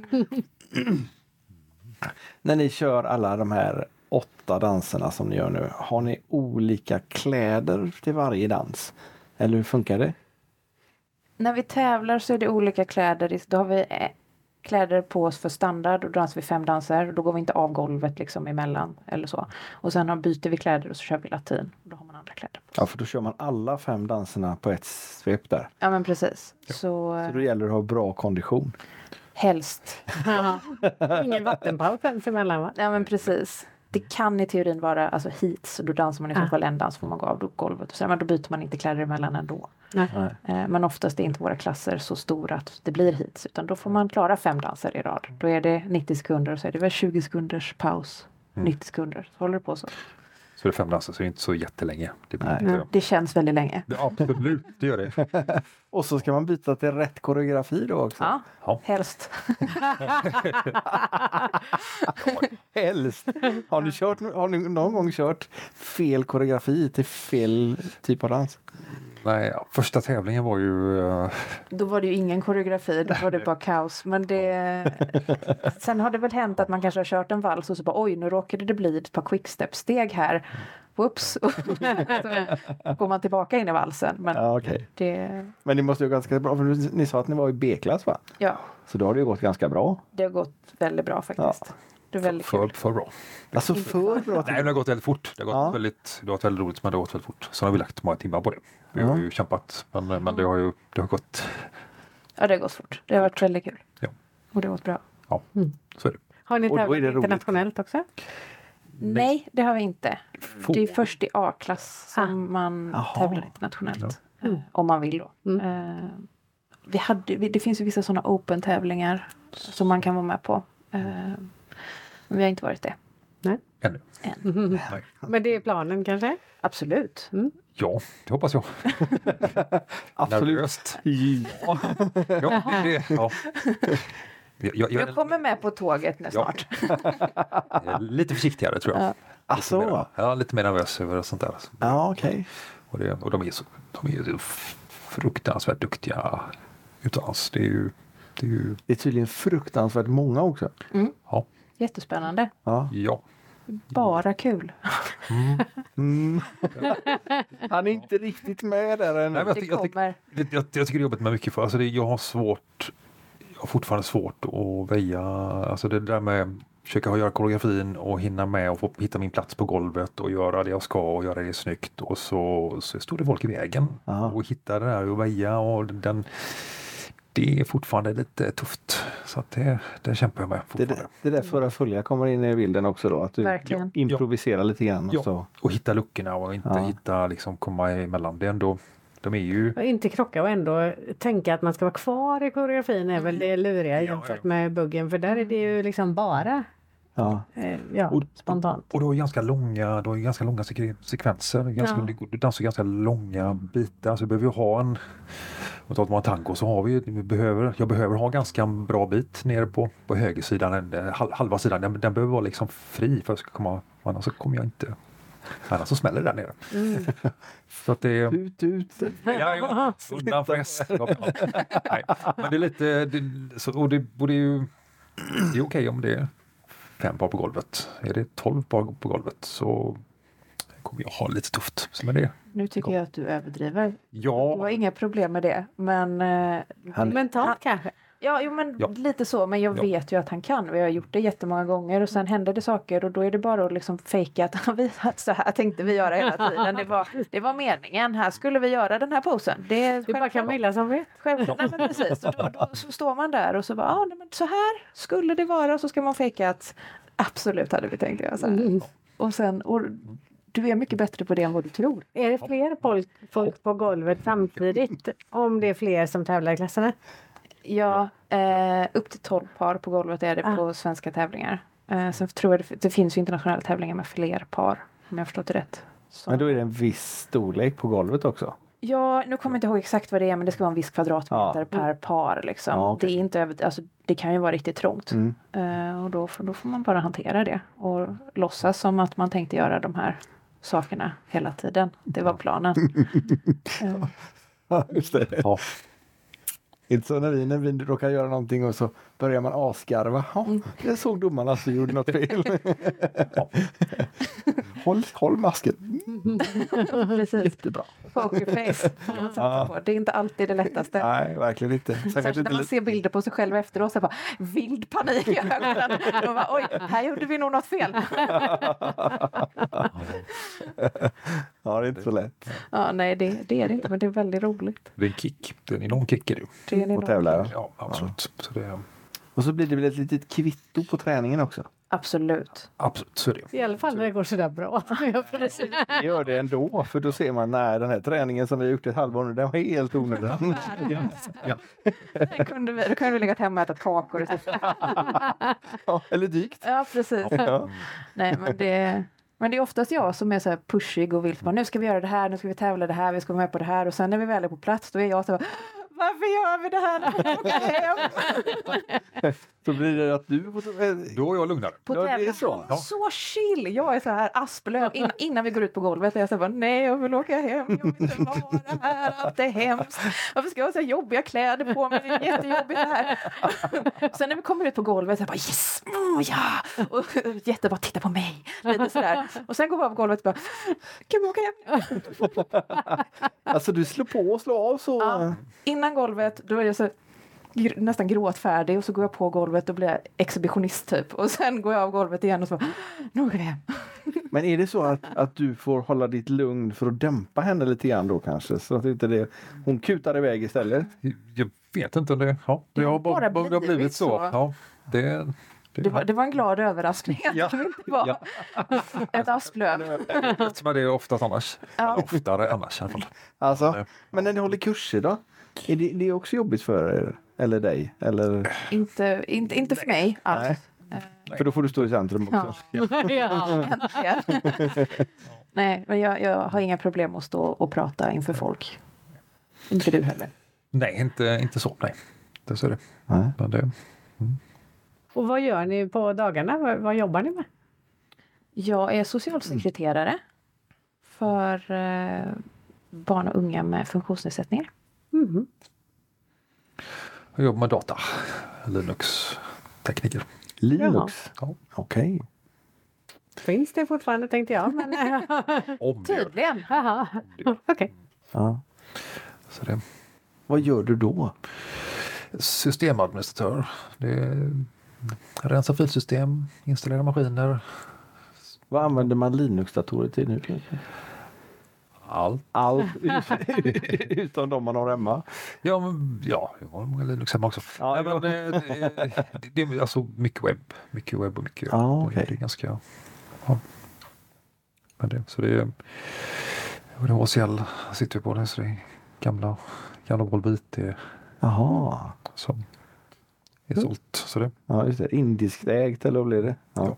När ni kör alla de här åtta danserna som ni gör nu, har ni olika kläder till varje dans? Eller hur funkar det? När vi tävlar så är det olika kläder. Då har vi kläder på oss för standard och då dansar vi fem danser. Då går vi inte av golvet liksom emellan eller så. Och sen byter vi kläder och så kör vi latin. Då har man andra kläder på. Ja, för då kör man alla fem danserna på ett svep där. Ja, men precis. Ja. Så, Så då gäller det att ha bra kondition. helst. Ingen vattenpaus ens emellan, va? Ja, men precis. Det kan i teorin vara alltså heats, och då dansar man i så fall en dans, får man gå av golvet och så, men då byter man inte kläder emellan ändå. Nej. Nej. Men oftast är inte våra klasser så stora att det blir heats, utan då får man klara fem danser i rad. Då är det nittio sekunder och så är det väl tjugo sekunders paus. Mm. nittio sekunder, så håller det på så. Så det är fem danser, så det är inte så jättelänge. Det blir Nej. inte, Det känns väldigt länge. det, absolut, det gör det. Och så ska man byta till rätt koreografi då också. Ja, Ja. helst. Helst. Har ni, kört, har ni någon gång kört fel koreografi till fel typ av dans? Nej, ja, första tävlingen var ju... Uh, Då var det ju ingen koreografi, då var det bara kaos. Men det... Sen har det väl hänt att man kanske har kört en vals och så bara oj, nu råkade det bli ett par quickstep-steg här. Whoops! Så går man tillbaka in i valsen. Men Ja, okej. det... Men ni måste ju ganska bra, för ni sa att ni var i B-klass, va? Ja, Så då har det ju gått ganska bra. det har gått väldigt bra faktiskt. Det är väldigt för, kul. för bra. Alltså för bra. Nej, det har gått väldigt fort. Det har gått Ja. väldigt, det har varit väldigt roligt, men det har gått väldigt fort. Sen har vi lagt många timmar på det. Vi har Ja. ju kämpat, men, men det har ju det har gått... Ja, det har gått fort. Det har varit väldigt kul. Ja. Och det har gått bra. Ja, så är det. Har ni Och då är det tävlat roligt. internationellt också? Nej, det har vi inte. Få. Det är först i A-klass som Ah. man Jaha. tävlar internationellt. Mm. Eh, Om man vill då. Mm. Eh, vi hade, vi, det finns ju vissa sådana open-tävlingar som man kan vara med på. Eh, men vi har inte varit det. Ännu. Än. Nej. Men det är planen kanske? Absolut. Ja, det hoppas jag. Absolut. Nervöst. Ja. Ja, det, ja. Jag, jag, jag Jag kommer med på tåget nu Ja. snart. är lite försiktigare tror jag. Ja. Lite Alltså. mer, ja, lite mer nervös över sånt där. Ja, okej. Och, det, och de är så, de är ju fruktansvärt duktiga utomlands. Det är ju, det är ju Det är tydligen fruktansvärt många också. ja, Jättespännande. Ja. ja. Bara kul. Mm. Han är inte riktigt med där ännu. Nej, men jag, Det ty- jag, tyck- kommer. jag, jag, jag tycker det är jobbigt med mycket. För, alltså det, jag har svårt, jag har fortfarande svårt att väja. Alltså det där med försöka göra koreografin och hinna med och få hitta min plats på golvet och göra det jag ska och göra det snyggt. Och så, så står det folk i vägen. Aha. Och hitta det där och väja och den, det är fortfarande lite tufft. Så att det, det kämpar jag med Det, fortfarande. det, det där för att följa kommer in i bilden också då. Att du Verkligen. improviserar lite grann. Och Ja. så. Och hitta luckorna och inte Ja. hitta liksom komma emellan. Det är ändå, de är ju Och inte krocka och ändå tänka att man ska vara kvar i koreografin är väl det luriga Ja, jämfört ja. med buggen. För där är det ju liksom bara Ja. eh, ja, Och- spontant. Och du har ganska långa, du har ganska långa sek- sekvenser. Ganska, Ja. du, du dansar ganska långa bitar. Så du behöver ju ha en... Om vi tar ett tango så har vi, vi behöver, jag behöver ha ganska bra bit nere på, på högersidan. Den, hal- halva sidan, den, den behöver vara liksom fri för att jag ska komma... Annars så kommer jag inte... Annars så smäller det där nere. Mm. Så att det är... Ut, ut. Ja, ja. Undan för hästskap. Nej, men det är lite... Det, så, och det borde ju... Det är okej om det är fem par på golvet. Är det tolv par på golvet så kommer jag ha lite tufft. Så med det. Nu tycker jag att du överdriver. Du har Ja, inga problem med det. Men, eh, Han- Mentalt han- kanske? ja, jo, men Ja. lite så. Men jag Ja. vet ju att han kan. Vi har gjort det jättemånga gånger och sen händer det saker och då är det bara att liksom fejka att vi, så här tänkte vi göra hela tiden. Det var, det var meningen. Här skulle vi göra den här posen. Det är Det är bara självklart. Camilla som vet. Självklart. Nej, men precis. Och då, då så står man där och så bara, ah, nej, men så här skulle det vara. Och så ska man fejka att absolut hade vi tänkt göra så här. Mm. Och sen, och du är mycket bättre på det än vad du tror. Är det fler folk, folk på golvet samtidigt? Om det är fler som tävlar i klasserna? Ja, eh, upp till tolv par på golvet är det Ah. på svenska tävlingar. Eh, sen tror jag det, det finns ju internationella tävlingar med fler par. Om jag har förstått det rätt. Så. Men då är det en viss storlek på golvet också. Ja, nu kommer jag inte ihåg exakt vad det är men det ska vara en viss kvadratmeter Ja. per par. Liksom. Ja, okej. Det är inte över, alltså, det kan ju vara riktigt trångt. Mm. Eh, och då, får- då får man bara hantera det. Och låtsas som att man tänkte göra de här sakerna hela tiden. Det var planen. Eh, Ja, just det. ja. Inte så när vi, när vi råkar göra någonting och så börjar man asgarva. Ja, jag såg domarna så gjorde något fel. håll, håll masken. precis. Jättebra. Pokerface. får man satsa på. Det är inte alltid det lättaste. Nej, verkligen inte. Säkert Särskilt inte när man li- ser bilder på sig själv efteråt så bara vild panik i ögonen. Och bara, oj, här gjorde vi nog något fel. Ja, Ja, det är inte så lätt. Ja, nej, det, det är det inte, men det är väldigt roligt. Det är en kick. Det är en enorm kick är det ju. Det är en Och enorm tävla. kick. Ja, absolut. Så det är, Och så blir det väl ett litet kvitto på träningen också. Absolut. absolut, så är det. I alla fall när det går sådär bra. Det gör det ändå, för då ser man när den här träningen som vi har gjort ett halvår nu, den var helt onödig. Ja. Då kunde vi, då kunde vi legat hemma och äta kakor. Ja, eller dykt. Ja, precis. Ja. Nej, men det, men det är oftast jag som är så här pushig och vill bara, nu ska vi göra det här, nu ska vi tävla det här, vi ska vara med på det här. Och sen när vi väl är på plats, då är jag så här, varför gör vi det här när vi åker hem? Så blir det att du får... Då är jag lugnare. På Ja, det är tävling. så. Ja. Så chill! Jag är så här Asplöv. In, innan vi går ut på golvet är jag så här, bara, nej jag vill åka hem, jag vill inte vara här, allt är hemskt. Varför ska jag ha så här jobbiga kläder på mig? Det är jättejobbigt här. Sen när vi kommer ut på golvet så jag bara yes! Mm, ja! Och jätte bara titta på mig. Lite sådär. Och sen går vi av golvet och bara, kan vi åka hem? Alltså du slår på och slår av så... Ja. Innan golvet, då är jag så gr- nästan gråtfärdig och så går jag på golvet och blir exhibitionist typ. Och sen går jag av golvet igen och så bara, nu åker vi hem. Men är det så att, att du får hålla ditt lugn för att dämpa henne lite grann då kanske? Så att inte det, hon kutar iväg istället? Jag vet inte om det, ja, det har bara, bara bara blivit, blivit så. så. Ja, det, det, Det var, det var en glad överraskning att Ja. det inte var Ja. ett asplöv. Men det är oftast annars. Ja. Oftare annars i alla fall. Alltså, men när ni håller kurser då? Är det, det är också jobbigt för er? Eller dig? Eller? Inte, inte, inte för mig alls. Nej. För då får du stå i centrum också. Ja. Ja. Äntligen. Nej, men jag, jag har inga problem att stå och prata inför folk. Inte du heller. Nej, inte, inte så. Nej, det så är det. Nej. Men det Och vad gör ni på dagarna? Vad, vad jobbar ni med? Jag är socialsekreterare för eh, barn och unga med funktionsnedsättningar. Mhm. jag jobbar med data. Linux-tekniker. Linux? Ja. Okej. Finns det fortfarande tänkte jag. Men, Om det gör det. Tydligen. Jaha. Okej. Ja. Så det. Vad gör du då? Systemadministratör. Det är rensa filsystem, installera maskiner. Vad använder man Linux-datorer till nu? Allt. Allt utom de man har hemma. Ja, men, ja, jag har många Linux hemma också. Ja, Nej, men, det, det, det, det är alltså mycket webb. Mycket webb och mycket... Ja, okej. det, det är ganska... Ja. Men det, så det är... Det är H C L sitter vi på det, så det är gamla, gamla Volvo I T Jaha. som är Mm. sålt. Så det, Ja, just det. Indiskt ägt eller vad blir det? Ja.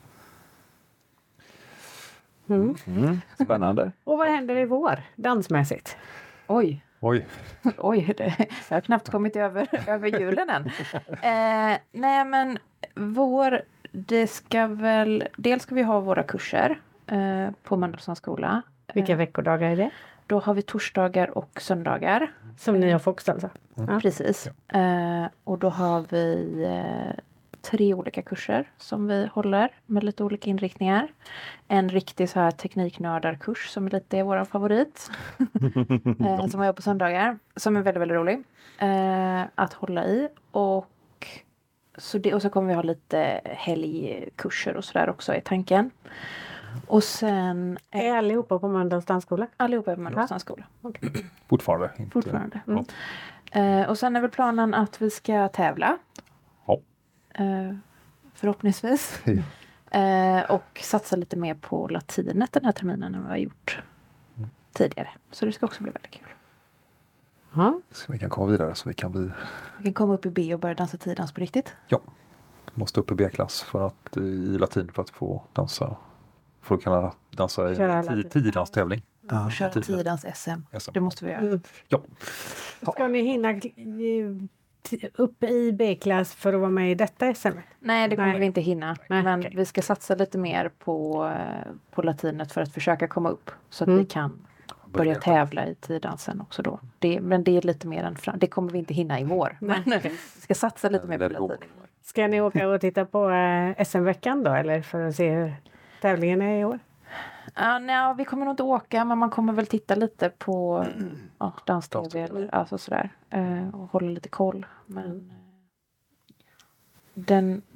Mm. Mm. Spännande. Och vad händer i vår dansmässigt? Oj, oj, oj, det, jag har knappt kommit över, över julen än. Eh, nej men vår, det ska väl, dels ska vi ha våra kurser eh, på Mölndals skola. Vilka veckodagar är det? Då har vi torsdagar och söndagar. Som ni har Fox alltså? Ja. Precis. Eh, och då har vi eh, tre olika kurser som vi håller med lite olika inriktningar. En riktig så här tekniknördarkurs som är lite är vår favorit. eh, som vi har på söndagar. Som är väldigt, väldigt rolig eh, att hålla i. Och så, det, och så kommer vi ha lite helgkurser och sådär också i tanken. Och sen Är allihopa på Mölndals dansskola? allihopa är på Mölndals dansskola. fortfarande. Inte, Fortfarande. Ja. Eh, och sen är väl planen att vi ska tävla. Ja. Eh, förhoppningsvis. Ja. Eh, och satsa lite mer på latinet den här terminen än vad vi har gjort tidigare. Så det ska också bli väldigt kul. Ja. Så vi kan komma vidare så vi kan bli... Vi kan komma upp i B och börja dansa tiodans på riktigt. Ja, måste upp i B-klass för att i latin för att få dansa. För att kunna dansa i Köra en latin. tio- tiodans-tävling. Ja. Och köra tidigt. tiodans S M. S M. Det måste vi göra. Mm. Ja, Ska ni hinna eh, t- upp i B-klass för att vara med i detta S M? Nej, det kommer Nej. vi inte hinna. Nej, Men okej. vi ska satsa lite mer på, eh, på latinet för att försöka komma upp. Så att Mm. vi kan börja tävla i tiddansen också då. Det, men det är lite mer än fram. Det kommer vi inte hinna i vår. Men vi ska satsa lite mer på Let it go. latin i vår. Ska ni åka och titta på eh, S M-veckan då eller för att se hur tävlingen är i år? Ja, nej, vi kommer nog inte åka, men man kommer väl titta lite på ja, dans-tv eller alltså sådär. Eh, och hålla lite koll. Men eh, den,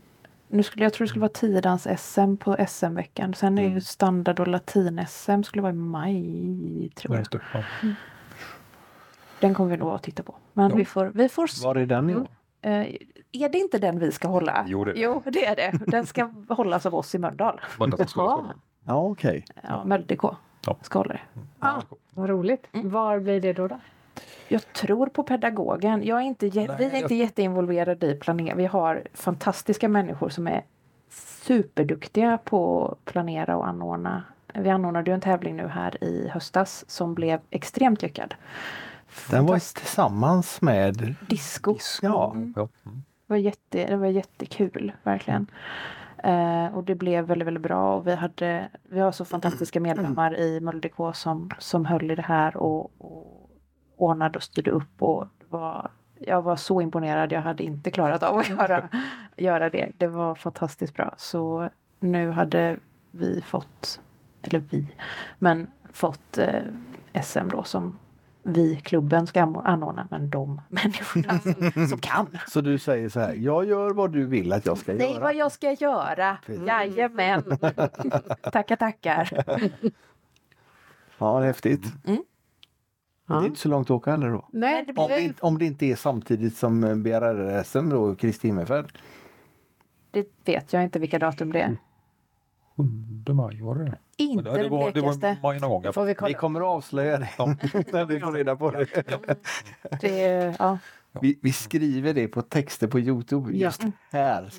nu skulle jag tror det skulle vara tiodans-S M på S M-veckan. Sen är ju standard och latin-S M skulle vara i maj, tror jag. Just det, ja. Mm. Den kommer vi nog att titta på. Men Ja. vi får... Vi får Var är den i år? eh, är det inte den vi ska hålla? Jo, det är det. Jo, det är det. Den ska hållas av oss i Mölndal. Men det ska Jaha. vara så. Ja, okej. Ja, Mölde K. Ja. Ska hålla det. Ah, vad roligt. Var blir det då? då? Jag tror på pedagogen. Jag är inte, jä- Nej, vi är inte jag- jätteinvolverade i planering. Vi har fantastiska människor som är superduktiga på att planera och anordna. Vi anordnade ju en tävling nu här i höstas som blev extremt lyckad. Den var Fantast- tillsammans med... disco. Ja. Ja. Mm. Det var, jätte, det var jättekul, verkligen. Eh, och det blev väldigt, väldigt bra. Och vi, hade, vi har så fantastiska medlemmar i Mölde K som, som höll i det här och, och ordnade och styrde upp. Och det var, jag var så imponerad. Jag hade inte klarat av att göra, göra det. Det var fantastiskt bra. Så nu hade vi fått, eller vi, men fått eh, S M då som vi, klubben, ska anordna, men de människorna som, som kan. Så du säger så här, jag gör vad du vill att jag ska Det är göra. vad jag ska göra. Precis. Jajamän. tackar, tackar. Ja, det är häftigt. Mm. Det är inte så långt att åka heller då. Nej, det Om det, blir... inte- om det inte är samtidigt som B R R-S M då, Kristi himmelfärd. Det vet jag inte vilka datum det är. sjunde maj var det det? Inte det, det var, det blekaste. var maj någon gång. Får vi Vi kolla. kommer att avslöja det när vi får reda på det. Det är, ja. Vi, vi skriver det på texter på Youtube just här.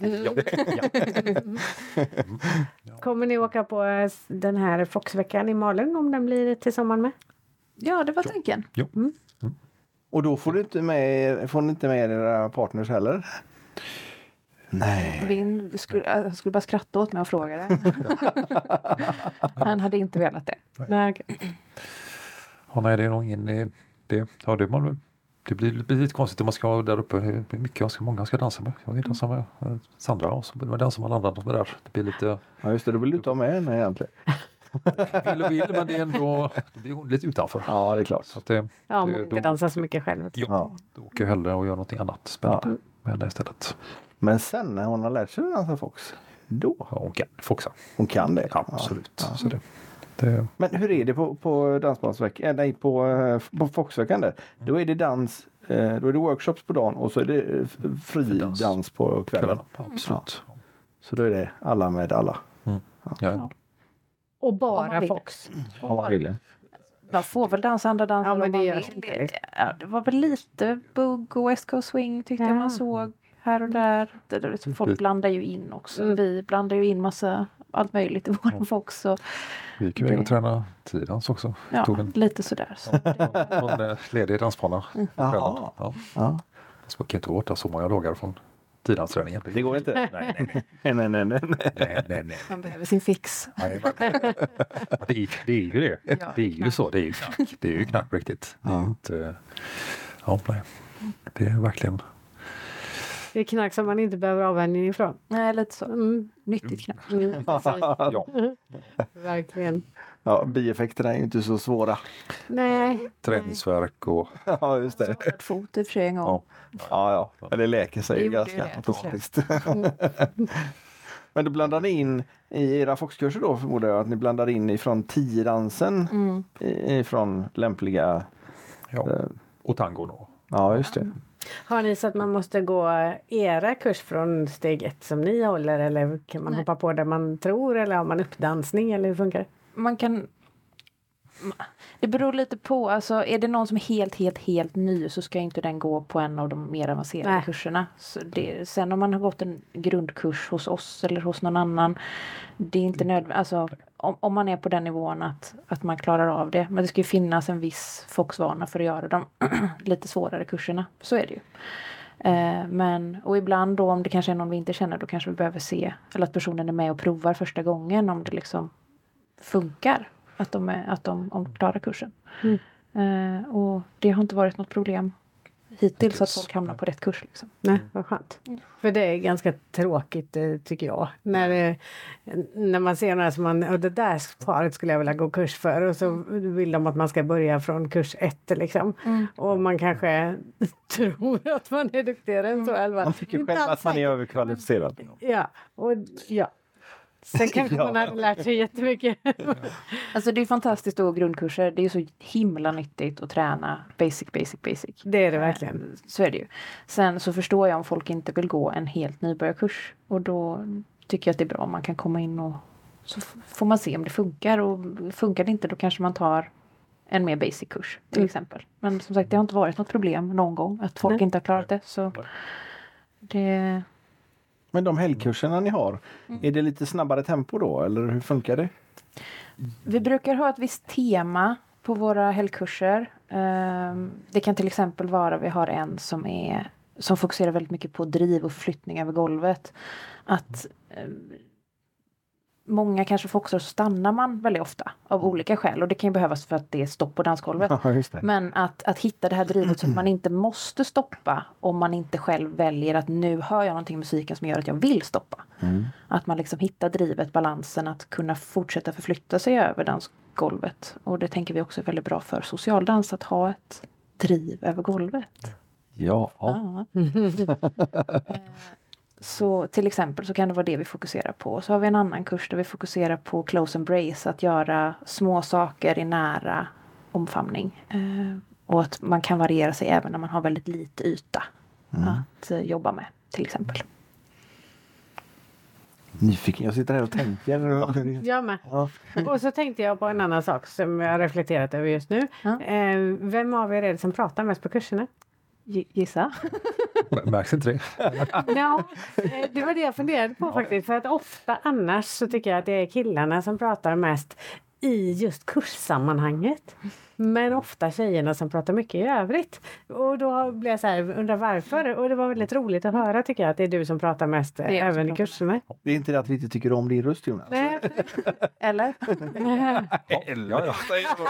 Kommer ni åka på eh, den här Foxveckan i Malung om den blir till sommaren med? ja, det var tanken. Jo. Och då får du inte med, får ni inte med era partners heller? Nej. Vin skulle, jag skulle bara skratta åt mig och fråga det. Han hade inte velat det. Nej, okej. Ja, nej, det är nog ingen... eh, Det, ja, det, man, det blir det blir lite konstigt om man ska vara där uppe. Det blir mycket, ganska många ska dansa med. Jag vill dansa med eh, Sandra och så vill man dansa med alla andra där. Det blir lite... Ja just det, då vill du ta med henne egentligen. Vill och vill, men det är ändå det blir lite utanför. Ja det är klart. Så att det, Ja, man det, inte då, dansar så mycket själv. ja, Ja. då åker jag hellre och gör någonting annat spännande med henne istället. Men sen när hon har lärt sig dansa Fox, då Ja, hon kan foxa. hon kan det. Ja, absolut. Så det, det, Men hur är det på, på dansbandsveckan? Nej, på, eh, på Foxveckan där. Då är det dans, eh, då är det workshops på dagen och så är det eh, f- fri Fridans. dans på kvällen. absolut. Så då är det alla med alla. Ja. Och Om bara man vill. Fox. Man får väl dansa andra danser Ja, men om det man gör vill. det. Det, ja, det var väl lite bugg och West Coast Swing tyckte Ja. jag man såg här och där. Det, det, liksom, folk blandar ju in också. Mm. Vi blandar ju in massa allt möjligt i våran Fox. Så, Vi gick iväg och Det- tränade tidans också. ja, Tog en, lite sådär. Så. en eh, ledig dansbana. på Jaha. kvällen. Ja. Ja. Så man kan inte vara borta så många dagar från tiddansträningen. Det går inte. Nej, nej, nej, nej. nej, nej, nej. nej, nej, nej. Man behöver sin fix. Nej, men- det, är, det är ju det. Ja, Det är ju så. Det är ju knack. Det är ju knack på riktigt. Det är ju Ja. inte, ja, nej. Det är verkligen... Det är knack som man inte behöver avvänjning ifrån. Nej, lite så. Mm. Nyttigt knappt. Mm, precis. Ja, Verkligen. Ja, bieffekterna är ju inte så svåra. Nej. träningsvärk och... Ja, just det. Ett fot i och för sig en gång. Ja. Ja, ja. Men det läker sig Det ju gjorde ganska ju det till automatiskt. Men du blandar in i era Foxkurser då förmodar jag att ni blandar in ifrån tiodansen Mm. ifrån lämpliga... Ja. eh, Och tangon. Och, Ja, just det. Har ni så att man måste gå era kurs från steg ett som ni håller eller kan man Nej. hoppa på där man tror eller har man uppdansning eller hur funkar det? Man kan... Det beror lite på. Alltså, är det någon som är helt, helt, helt ny så ska inte den gå på en av de mer avancerade Nej. kurserna. Så det, sen om man har gått en grundkurs hos oss eller hos någon annan. Det är inte nödvändigt. Alltså, om, om man är på den nivån att, att man klarar av det. Men det ska ju finnas en viss foxvana för att göra de lite svårare kurserna. Så är det ju. Eh, men, och ibland då om det kanske är någon vi inte känner då kanske vi behöver se. Eller att personen är med och provar första gången om det liksom funkar. Att de, är, att de om, klarar kursen. Mm. Eh, och det har inte varit något problem hittills att folk hamnar på rätt kurs. Liksom. Nej, vad skönt. Mm. För det är ganska tråkigt eh, tycker jag. När, det, när man ser några som man, och det där paret skulle jag vilja gå kurs för och så vill de att man ska börja från kurs ett liksom. Mm. Och man kanske tror att man är duktigare än så. Eller? Man tycker själv att man är överkvalificerad. Ja, och ja. Sen kanske Ja. man hade lärt sig jättemycket. Alltså det är fantastiskt att gå grundkurser. Det är ju så himla nyttigt att träna basic, basic, basic. Det är det verkligen. Så är det ju. Sen så förstår jag om folk inte vill gå en helt nybörjarkurs. Och då tycker jag att det är bra om man kan komma in och så f- får man se om det funkar. Och funkar det inte då kanske man tar en mer basic kurs till Mm. exempel. Men som sagt det har inte varit något problem någon gång att folk Nej. inte har klarat det. Så det... Men de helgkurserna ni har, Mm. är det lite snabbare tempo då? Eller hur funkar det? Vi brukar ha ett visst tema på våra helgkurser. Ehm, Det kan till exempel vara, vi har en som är som fokuserar väldigt mycket på driv och flyttning över golvet. Att ehm, många kanske fokuserar så stannar man väldigt ofta av olika skäl. Och det kan ju behövas för att det är stopp på dansgolvet. Ja, just det. Men att, att hitta det här drivet så att man inte måste stoppa om man inte själv väljer att nu hör jag någonting i musiken som gör att jag vill stoppa. Mm. Att man liksom hittar drivet, balansen att kunna fortsätta förflytta sig över dansgolvet. Och det tänker vi också är väldigt bra för socialdans att ha ett driv över golvet. Ja. Ja. Eh, Så till exempel så kan det vara det vi fokuserar på. Så har vi en annan kurs där vi fokuserar på close embrace, att göra små saker i nära omfamning. Eh, och att man kan variera sig även när man har väldigt lite yta att eh, jobba med till exempel. Nyfiken, jag sitter här och tänker. Jag med. Ja. Och så tänkte jag på en annan sak som jag har reflekterat över just nu. Ja. Eh, vem av er är det som pratar mest på kurserna? G- Gissa? Märks inte det? Ja, eh, det var det jag funderade på faktiskt. För att ofta annars så tycker jag att det är killarna som pratar mest i just kurssammanhanget. Men ofta tjejerna som pratar mycket i övrigt. Och då blir jag så här, undrar varför. Och det var väldigt roligt att höra tycker jag att det är du som pratar mest eh, Det är jag som även i pratar. kurserna. Det är inte det att vi inte tycker om din röst, Jonas. Nej. Eller? Ja, ja.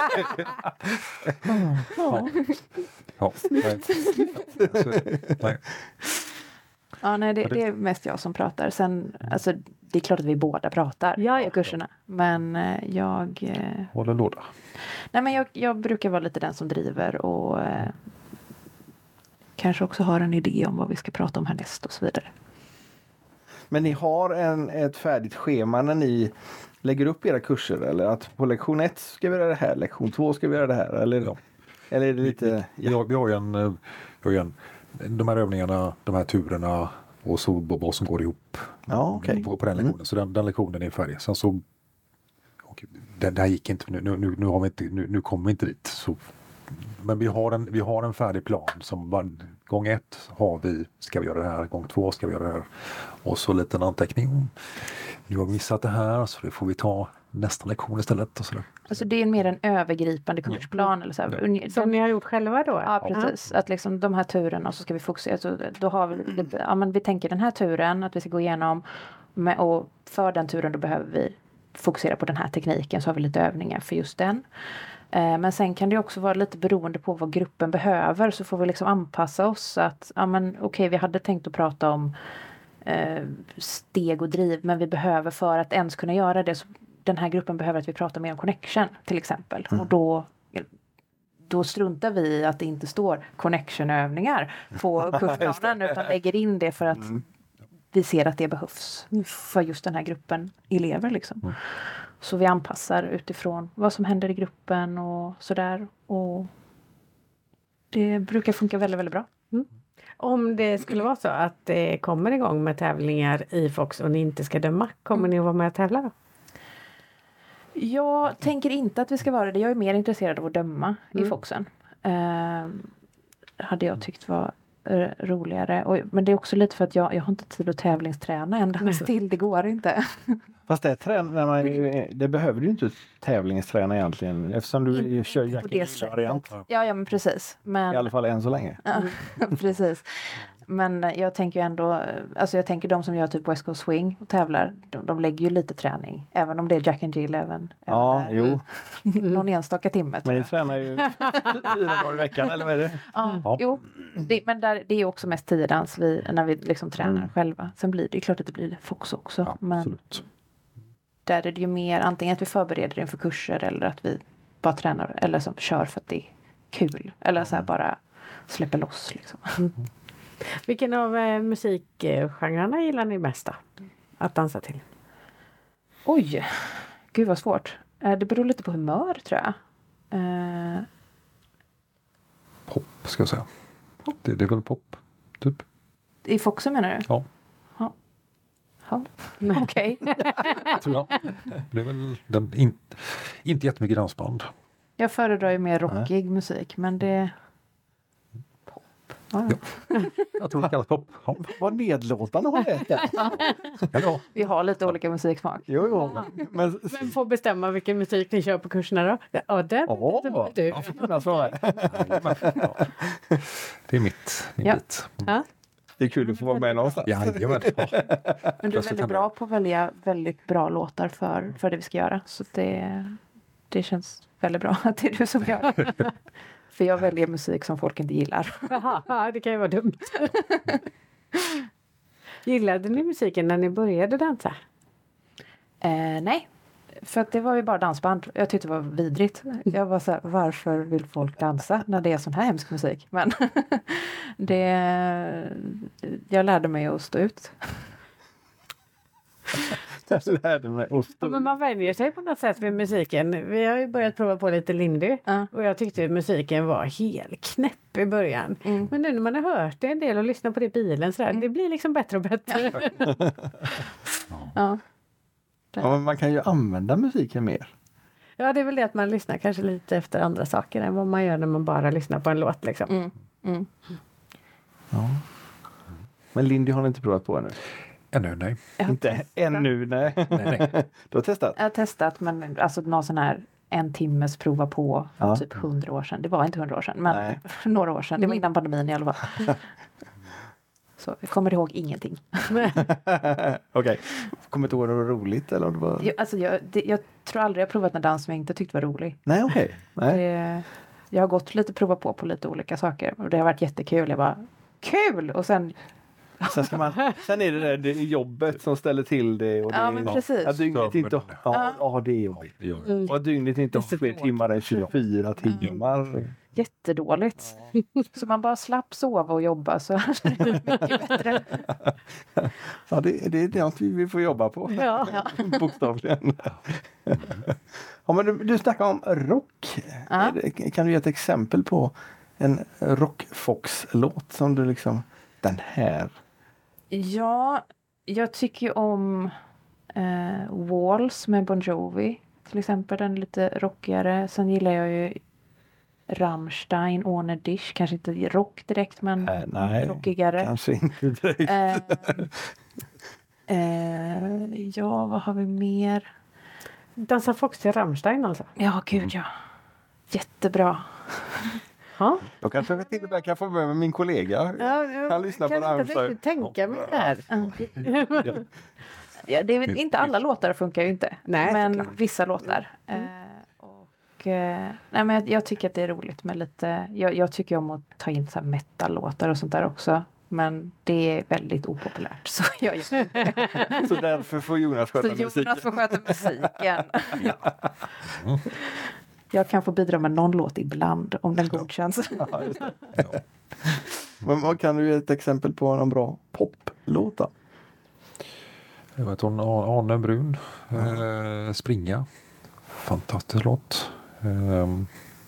Ja, nej. Alltså, nej. Ja, nej, det, det är mest jag som pratar. Sen, alltså, det är klart att vi båda pratar Ja, ja. på kurserna. Men eh, jag... Eh, Håller låda. nej, men jag, jag brukar vara lite den som driver och eh, kanske också har en idé om vad vi ska prata om härnäst och så vidare. Men ni har en, ett färdigt schema när ni lägger upp era kurser? Eller att på lektion ett ska vi göra det här, lektion två ska vi göra det här? Eller, Ja. eller är det lite... Vi har, vi har ju en, eh, vi har ju en, de här övningarna, de här turerna och så vad som går ihop Ja, okej. på, på den lektionen. Så den, den lektionen är färdig. Sen så, och det, det här gick inte, nu, nu, nu, har vi inte, nu, nu kommer vi inte dit. Så, men vi har, en, vi har en färdig plan som var, gång ett har vi, ska vi göra det här, gång två ska vi göra det här. Och så lite en anteckning. Nu har vi missat det här så det får vi ta nästa lektion istället. Och så där. Alltså det är mer en övergripande kursplan. Eller så här. Uni- Som ni har gjort själva då? Ja, precis. Att liksom de här turerna så ska vi fokusera. Så då har vi, ja, men vi tänker den här turen att vi ska gå igenom. Med, och för den turen då behöver vi fokusera på den här tekniken. Så har vi lite övningar för just den. Eh, men sen kan det också vara lite beroende på vad gruppen behöver. Så får vi liksom anpassa oss. Så att, ja men okej, okay, vi hade tänkt att prata om eh, steg och driv. Men vi behöver för att ens kunna göra det. Så den här gruppen behöver att vi pratar mer om connection till exempel. Mm. Och då då struntar vi i att det inte står connection-övningar på kursplanen utan lägger in det för att Mm. vi ser att det behövs för just den här gruppen elever. Liksom. Mm. Så vi anpassar utifrån vad som händer i gruppen och sådär. Och det brukar funka väldigt, väldigt bra. Om det skulle vara så att det kommer igång med tävlingar i Fox och ni inte ska döma, kommer ni att vara med och tävla då? Jag tänker inte att vi ska vara det. Jag är mer intresserad av att döma Mm. i Foxen. Eh, hade jag tyckt var eh, roligare. Och, men det är också lite för att jag, jag har inte tid att tävlingsträna ända Nej. till. Det går inte. Fast det, trän- när man, det behöver du ju inte tävlingsträna egentligen eftersom du Inte kör på Jack det and sättet. variant. Ja, ja men precis. Men, I alla fall än så länge. ja, precis. Men jag tänker ju ändå, alltså jag tänker de som gör typ West Coast Swing och tävlar, de, de lägger ju lite träning. Även om det är Jack and Jill även. Ja, även där. jo. någon enstaka timme. Men ni tränar ju fyra dagar i veckan, eller vad är det? Ja, Ja. jo. Det, men där, det är också mest tiodans vi, när vi liksom tränar Mm. själva. Sen blir det ju klart att det blir Fox också. Ja, men absolut. där är det ju mer antingen att vi förbereder inför kurser eller att vi bara tränar eller som kör för att det är kul. Eller så här bara släpper loss liksom. Vilken av eh, musikgenrerna gillar ni mest då? Att dansa till? Oj, gud vad svårt. Eh, Det beror lite på humör tror jag. Eh, Pop ska jag säga. Det, det är väl pop, typ. I Foxen menar du? Ja, Ja. Okej. tror jag. Det är väl den, in, inte jättemycket dansband. Jag föredrar ju mer rockig musik men det... Pop. Ja, ja. Jag tror det kallas pop. Ja. Vad nedlåtande hon är. Ja. Vi har lite olika musiksmak. Jo, jo. Men... Vem får bestämma vilken musik ni kör på kurserna då? Ja, den Åh, bestämmer du. jag får kunna svara. Ja. Det är mitt, min Ja. bit. Ja. Det är kul att få vara med någonstans. Jajamän. Ja. Men du är Plötsligt väldigt händer bra på att välja väldigt bra låtar för, för det vi ska göra. Så det, det känns väldigt bra att det är du som gör det. För jag väljer musik som folk inte gillar. Jaha, det kan ju vara dumt. Gillade ni musiken när ni började dansa? Eh, nej, för att det var ju bara dansband. Jag tyckte det var vidrigt. Jag var så här, varför vill folk dansa när det är sån här hemsk musik? Men det, jag lärde mig att stå ut. Jag lärde mig att Ja, stå. men man vänjer sig på något sätt vid musiken. Vi har ju börjat prova på lite Lindy. Ja. Och jag tyckte att musiken var helt knäpp i början. Mm. Men nu när man har hört det en del och lyssnat på det i bilen sådär, det blir liksom bättre och bättre. Ja. Ja, men man kan ju använda musiken mer. Ja, det är väl det att man lyssnar kanske lite efter andra saker än vad man gör när man bara lyssnar på en låt liksom. Mm. Mm. Ja. Men Lindy har ni inte provat på ännu? Ännu nej. Jag har Inte testat. ännu, nej. nej, nej. Du har testat? Jag har testat men alltså någon sån här en timmes prova på för Ja. typ hundra år sedan. Det var inte hundra år sedan men Nej. några år sedan. Det var innan pandemin i alla fall. Så jag kommer ihåg ingenting. Okej. Kommer inte ihåg något roligt? Eller om det var... Jag, alltså jag, det, jag tror aldrig jag provat en dans som jag inte tyckte var rolig. Nej, okej. Nej. Det, jag har gått lite prova på på lite olika saker och det har varit jättekul. Jag bara, kul! Och sen, Sen, ska man, sen är det det, det är jobbet som ställer till det. Och det ja men precis. Att dygnet inte... Ja, Ja. ja, det är jobbigt. Det gör det. Och att dygnet inte har fler timmar än tjugofyra timmar. Jättedåligt. Så man bara slapp sova och jobba så är det mycket bättre. Ja, det, det är något vi vi får jobba på. Ja. Bokstavligen. Ja, men du, du snackar om rock. Ja. Kan du ge ett exempel på en Rockfox-låt som du liksom... Den här. Ja, jag tycker ju om eh, Walls med Bon Jovi. Till exempel, den är lite rockigare. Sen gillar jag ju Rammstein, Ohne Dich. Kanske inte rock direkt men Äh, nej, rockigare. kanske inte direkt. Eh, eh, ja, vad har vi mer? Dansar Fox till Rammstein alltså? Ja, gud ja. Jättebra. Ja. Då kanske jag till och med kan få med mig min kollega. Ja, jag Han lyssnar på kan inte Rammstein. riktigt tänka mig det här. Ja, det är väl, inte alla låtar funkar ju inte. Nej, men såklart. vissa låtar. Eh, och, eh, nej, men jag, jag tycker att det är roligt med lite... Jag, jag tycker om att ta in så här metal-låtar och sånt där också. Men det är väldigt opopulärt. Så jag gör det. Så därför får Jonas Så sköta musiken. Jonas får sköta musiken. Jag kan få bidra med någon låt ibland om den godkänns. Ja, just det. Men vad kan du ge ett exempel på någon bra poplåt då? Jag vet hon Arne Brun. Eh, Springa. Fantastisk låt. Eh,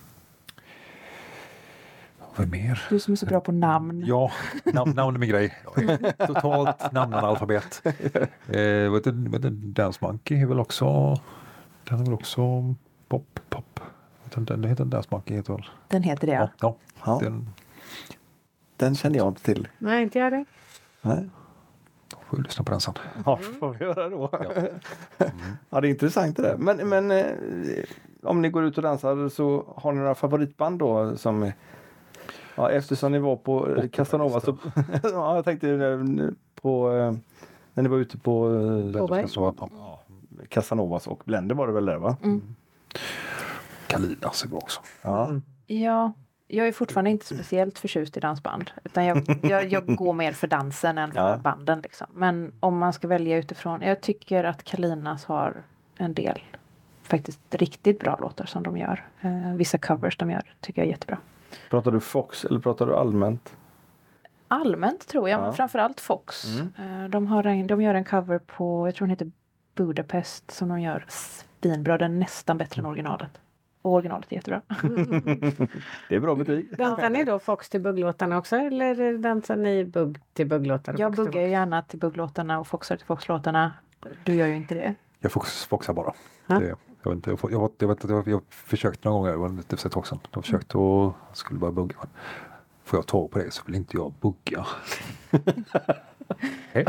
vad är mer? Du som är så bra på namn. Ja, namn, namn är min grej. Totalt namnanalfabet. Eh, vet du, vet du, Dance Monkey är väl också... Den är väl också pop, pop. Den, den heter Dance Monkey heter väl? Den heter det. Ja, ja. Ja. Den Den känner jag inte till. Nej, inte jag det. Nej. får vi lyssna på den sen. Ja, det får vi göra då. Ja. Ja, det är intressant det där. Men, men eh, om ni går ut och dansar så har ni några favoritband då som... Ja, eftersom ni var på eh, Casanova så... ja, jag tänkte eh, på... Eh, när ni var ute på eh, Åberg. Så, ja. Casanovas och Blender var det väl där va? Mm. Kalinas är bra också. Ja. Ja, jag är fortfarande inte speciellt förtjust i dansband. Utan jag, jag, jag går mer för dansen än för Ja. banden. Liksom. Men om man ska välja utifrån. Jag tycker att Kalinas har en del faktiskt riktigt bra låtar som de gör. Eh, vissa covers de gör tycker jag är jättebra. Pratar du Fox eller pratar du allmänt? Allmänt tror jag, Ja. men framförallt Fox. Mm. Eh, de, har en, de gör en cover på, jag tror den heter Budapest, som de gör svinbra. Den är nästan bättre än originalet. Och originalet är jättebra. Det är bra betyg. Dansar ni då Fox till bugglåtarna också eller dansar ni bugg till bugglåtar? Jag buggar ju gärna till bugglåtarna och foxar till foxlåtarna. Du gör ju inte det. Jag fox, foxar bara. Ja. Det, jag vet inte, jag, får- jag, jag, vet, jag, jag försökte några gånger, det var lite för ett tag sedan. Jag försökte och skulle börja bugga. Men får jag ta på det så vill inte jag bugga. Okej.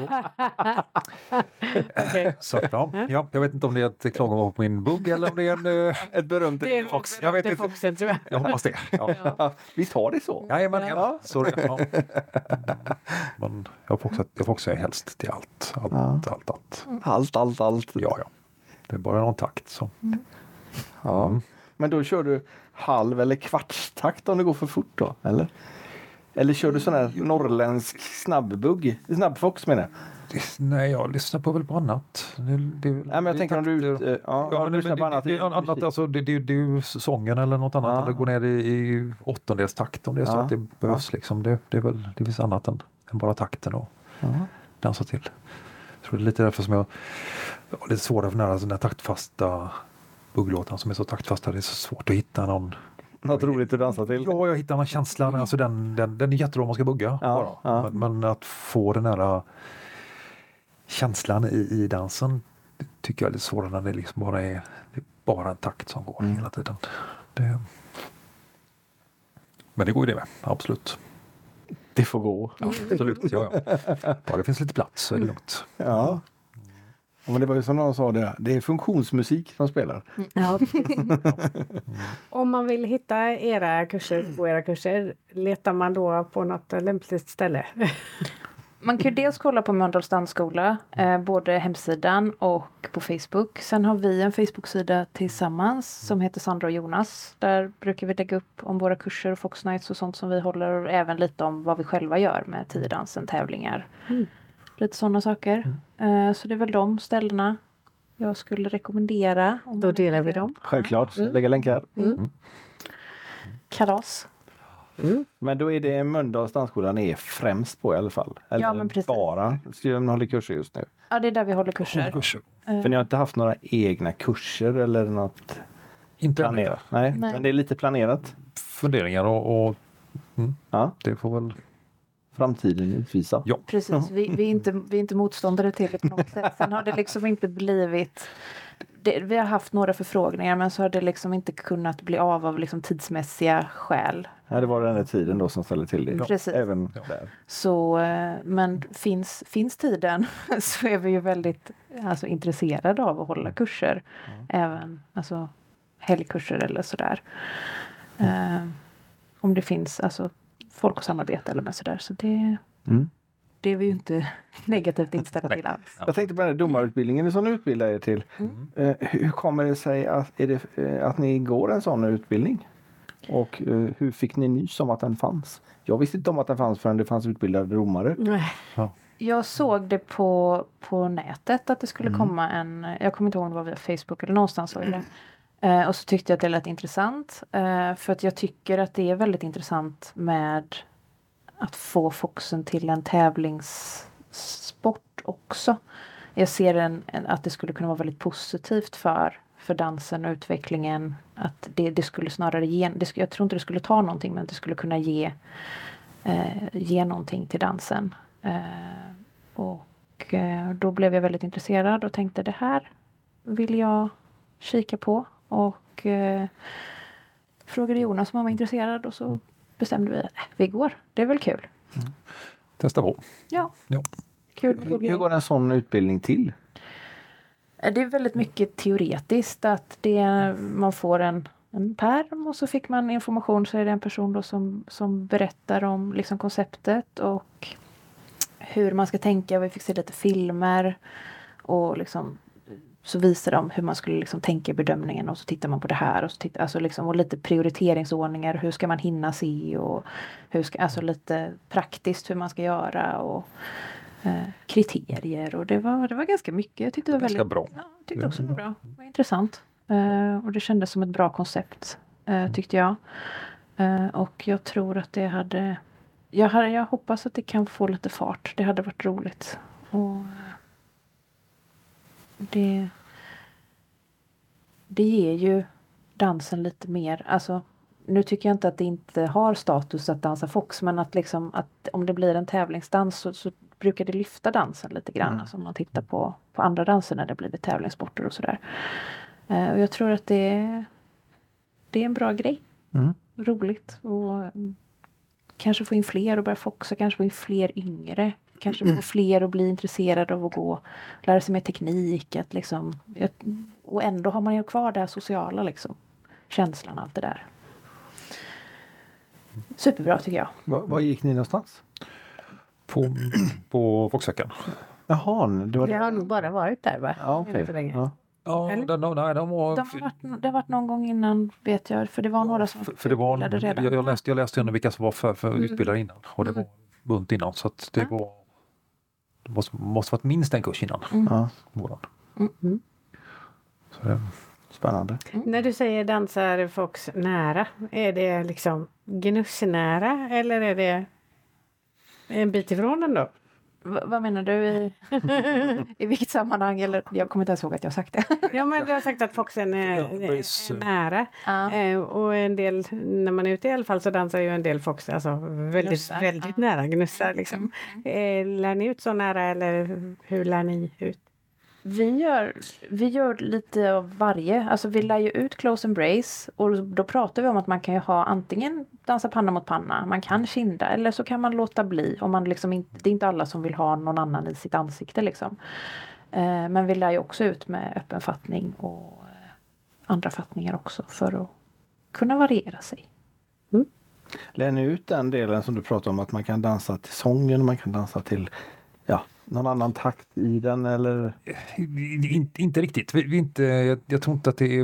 Okej. Så att, ja, ja, jag vet inte om det är ett klagomål på min bugg eller om det är en... eh, Ett berömt Det är Fox. Jag vet det är inte. Foxen tror jag. Jag hoppas det. Ja. Ja, visst har det så? Jajamän, ja. Ja. Sorry. Ja. Men jag foxar, jag foxar helt till allt. Allt, Ja. allt, allt. Allt, allt, allt. Ja, ja. Det är bara någon takt. Så. Ja. Mm. Men då kör du halv eller kvartstakt om det går för fort då, eller? Eller kör du sån här norrländsk snabbbugg? Snabbfox menar jag. Det- Nej, jag lyssnar på väl på annat. Det, det, Nej, men jag det- tänker om du... det- ut- Ja, Ja, ja, men, lyssnar men på det, annat. det, är annat musik. alltså, det, det, det är ju sången eller något annat. Ja. Eller går ner i, i åttondelstakt om det är så Ja. att det behövs. Liksom. Det, det, är väl, det finns annat än, än bara takten och Ja. dansa till. Jag tror det är lite därför som jag jag har lite svårare för den här, den här taktfasta bugglåtarna som är så taktfasta. Det är så svårt att hitta någon. Något roligt att dansa till. Ja, jag hittar någon känsla. Alltså den, den, den är jättebra om man ska bugga. Ja, bara. ja. Men, men att få den här äh, känslan i, i dansen det tycker jag är lite svårare när det liksom bara är, det är bara en takt som går Mm. hela tiden. Det, men det går ju det med, absolut. Det får gå. Absolut, ja, ja. Bara det finns lite plats så är det lugnt. Ja. Ja, men det var ju som någon sa det. Det är funktionsmusik som spelar. Ja, om man vill hitta era kurser på era kurser, letar man då på något lämpligt ställe? Man kan ju dels kolla på Mölndals dansskola, eh, både hemsidan och på Facebook. Sen har vi en Facebook-sida tillsammans som heter Sandra och Jonas. Där brukar vi lägga upp om våra kurser och Fox Nights och sånt som vi håller. Och även lite om vad vi själva gör med tiodansen, tävlingar. Mm. Lite sådana saker. Eh, så det är väl de ställena jag skulle rekommendera. Om Då man delar vi vill- dem. Självklart. Lägga länkar. Kalas. Men då är det Mölndals dansskola ni är främst på i alla fall? Eller Ja, men precis. bara? Så ni håller kurser just nu? Ja, det är där vi håller kurser. Kurser. För ni har inte haft några egna kurser eller något Inte planerat? Nej, Nej. men det är lite planerat. funderingar och, och Ja, det får väl... framtiden utvisa. Ja. Precis, vi, vi, är inte, vi är inte motståndare till det på något sätt. Sen har det liksom inte blivit... Det, vi har haft några förfrågningar men så har det liksom inte kunnat bli av av liksom tidsmässiga skäl. Ja, det var den här tiden då som ställde till det. Precis. Även Ja. där. Så, eh, men finns, finns tiden så är vi ju väldigt alltså, intresserade av att hålla kurser. Även alltså, helgkurser eller sådär. Eh, om det finns alltså, folk att samarbeta eller med sådär. Så det, Mm. det är vi ju inte negativt inställda till alls. Jag tänkte på den här domarutbildningen som ni utbildar er till. Eh, hur kommer det sig att, är det, eh, att ni går en sån utbildning? Och eh, hur fick ni nys om att den fanns? Jag visste inte om att den fanns förrän det fanns utbildade domare. Nej. Jag såg det på, på nätet att det skulle komma en, jag kommer inte ihåg om det var via Facebook eller någonstans såg jag det. Eh, och så tyckte jag att det lät intressant. Eh, för att jag tycker att det är väldigt intressant med att få Foxen till en tävlingssport också. Jag ser en, en, att det skulle kunna vara väldigt positivt för, för dansen och utvecklingen. Att det, det skulle snarare ge, det, jag tror inte det skulle ta någonting men det skulle kunna ge, eh, ge någonting till dansen. Eh, och eh, då blev jag väldigt intresserad och tänkte det här vill jag kika på. Och eh, frågade Jonas om han var intresserad och så bestämde vi att äh, vi går. Det är väl kul. Testa på. Ja, Ja. kul. Hur, hur går en sån utbildning till? Det är väldigt mycket teoretiskt att det är, man får en, en pärm och så fick man information så är det en person då som, som berättar om liksom konceptet och hur man ska tänka. Vi fick se lite filmer och liksom så visar de hur man skulle liksom tänka i bedömningen och så tittar man på det här och, så tittar, alltså liksom, och lite prioriteringsordningar, hur ska man hinna se och hur ska, alltså lite praktiskt hur man ska göra och eh, kriterier och det var, det var ganska mycket. Jag tyckte det var Ganska väldigt bra. Ja, jag tyckte också det var bra. Det var intressant. Eh, och det kändes som ett bra koncept eh, tyckte jag. Eh, och jag tror att det hade jag, hade, jag hoppas att det kan få lite fart. Det hade varit roligt. Och det det ger ju dansen lite mer, alltså nu tycker jag inte att det inte har status att dansa fox, men att liksom att om det blir en tävlingsdans så, så brukar det lyfta dansen lite grann, mm. alltså om man tittar på, på andra danser när det blir tävlingssporter och sådär. Eh, och jag tror att det är, det är en bra grej. Mm. Roligt och mm, kanske få in fler och börja foxa, kanske få in fler yngre. Kanske få fler att bli intresserade av att gå lära sig mer teknik. Att liksom, och ändå har man ju kvar det här sociala liksom, känslan, allt det där. Superbra tycker jag. Var, var gick ni någonstans? På, på Foxveckan. Jaha, det var Det har nog bara varit där va? Ja, okej. Så länge. Ja. Ja, Eller? den, nej, de var... De har varit, det har varit någon gång innan vet jag, för det var några som för, för det var, utbildade redan. jag, jag läste, jag läste under vilka som var för, för Mm. utbildare innan och det Mm. var bunt innan så att det Ja. var det måste, måste varit minst en kurs innan. Mm. Ja, Våran. Mm. Så det, spännande. När du säger dansar Fox nära, är det liksom gnussnära eller är det en bit ifrån den då? V- vad menar du i, i vilket sammanhang? Eller, jag kommer inte ens ihåg att jag har sagt det. Ja men du har sagt att Foxen är, Ja, är, precis. är nära. Ja. Eh, och en del, när man är ute i alla fall så dansar ju en del Fox alltså väldigt, Gnussar, väldigt ja. nära, gnussar liksom. Eh, lär ni ut så nära eller hur lär ni ut? Vi gör, vi gör lite av varje. Alltså vi lär ju ut close embrace och då pratar vi om att man kan ju ha antingen dansa panna mot panna, man kan kinda eller så kan man låta bli. Om man liksom inte, det är inte alla som vill ha någon annan i sitt ansikte liksom. Eh, men vi lär ju också ut med öppen fattning och eh, andra fattningar också för att kunna variera sig. Lär ni ut den delen som du pratade om att man kan dansa till sången, man kan dansa till ja, någon annan takt i den eller? inte, inte riktigt. Vi, vi inte, jag, jag tror inte att det är...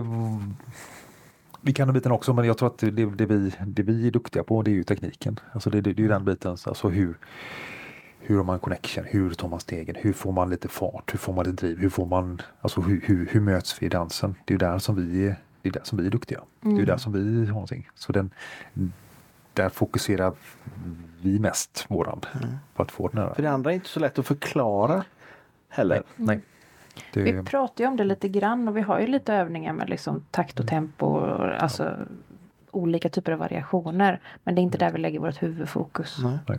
Vi kan den biten också men jag tror att det, det, vi, det vi är duktiga på det är ju tekniken. Alltså det, det, det är ju den biten. Alltså hur, hur har man connection? Hur tar man stegen? Hur får man lite fart? Hur får man lite driv? Hur får man... Alltså hur, hur, hur möts vi i dansen? Det är ju där som vi är, det är, där som vi är duktiga. Mm. Det är ju där som vi har någonting. Så den... Där fokuserar vi mest våran mm. på att få den här. För det andra är inte så lätt att förklara heller. Nej. Nej. Det... Vi pratar ju om det lite grann och vi har ju lite övningar med liksom takt och tempo och alltså ja. olika typer av variationer. Men det är inte där vi lägger vårt huvudfokus. Nej. Nej.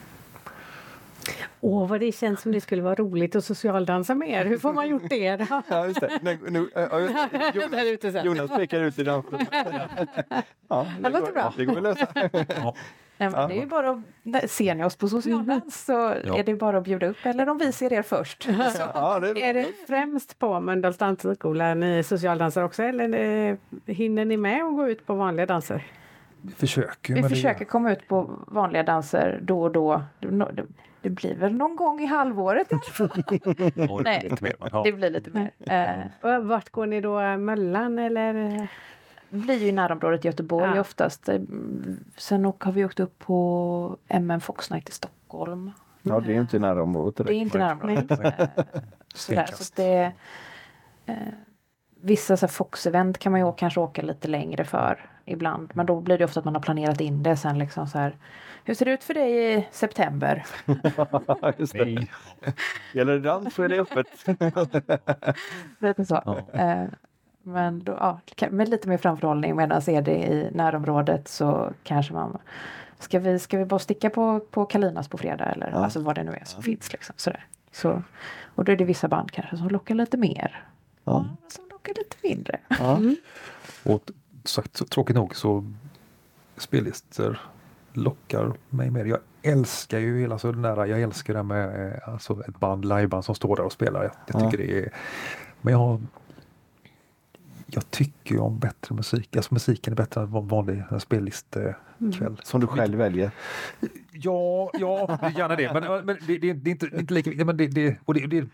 Åh, vad det känns som det skulle vara roligt att socialdansa med er. Hur får man gjort det då? Ja, just det. Nu, nu, ja, just det. Jonas, Där ute sen. Jonas pekar ut i dansen. Ja, Det låter bra. Det går att lösa. Ja. Nej, men det är ju bara att, ser ni oss på socialdans så Ja. är det bara att bjuda upp eller om vi ser er först. Ja, det är Är det främst på Mölndals dansskola ni socialdansar också eller eh, hinner ni med att gå ut på vanliga danser? Vi försöker. Vi men försöker det... komma ut på vanliga danser då och då. Det, det blir väl någon gång i halvåret. Ja, Nej. lite mer, men, ja. Det blir lite mer. Eh, Och vart går ni då? Möllan eller? Det blir ju i närområdet i Göteborg Ja. oftast. Eh, Sen och har vi åkt upp på M M Fox Night i Stockholm. Ja, det är inte nära området direkt. Det är inte närområdet. Eh, sådär, så Stenkast. det, eh, vissa så här Fox-event kan man ju kanske åka lite längre för ibland. Men då blir det ofta att man har planerat in det sen liksom så här. Hur ser det ut för dig i september? Just det. Nej. Gäller det dans så är det öppet. Lite så. Ja. Eh, men då, ja, kan- med lite mer framförhållning medan är det i närområdet så kanske man ska vi, ska vi bara sticka på, på Kalinas på fredag eller Ja. alltså vad det nu är som finns liksom sådär. Så, och då är det vissa band kanske som lockar lite mer. Ja. Och andra som lockar lite mindre. Ja. Och t- sagt, så, tråkigt nog så spellistor lockar mig mer. Jag älskar ju hela så nära, jag älskar det med eh, alltså ett band, liveband som står där och spelar. Jag, jag Ja. tycker det är, men jag har jag tycker ju om bättre musik. Alltså musiken är bättre än en vanlig spellistekväll. Som du själv väljer. Ja, ja, gärna det. Men, men det, det, det är inte, inte lika viktigt. Men det, det, och det, det,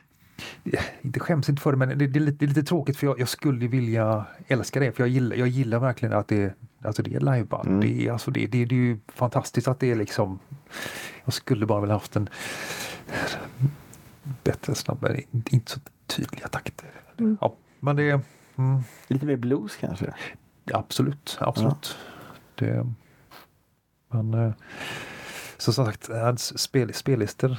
inte skäms inte för det, men det, det, är, lite, det är lite tråkigt för jag, jag skulle vilja älska det, för jag gillar, jag gillar verkligen att det, alltså det är liveband. Mm. Det, är, alltså det, det, det är ju fantastiskt att det är liksom, jag skulle bara vilja haft en bättre, snabbare, inte så tydliga takter. Mm. Ja, men det mm. lite mer blues kanske? Absolut, absolut. Ja. Det, men så sagt, spel, spellister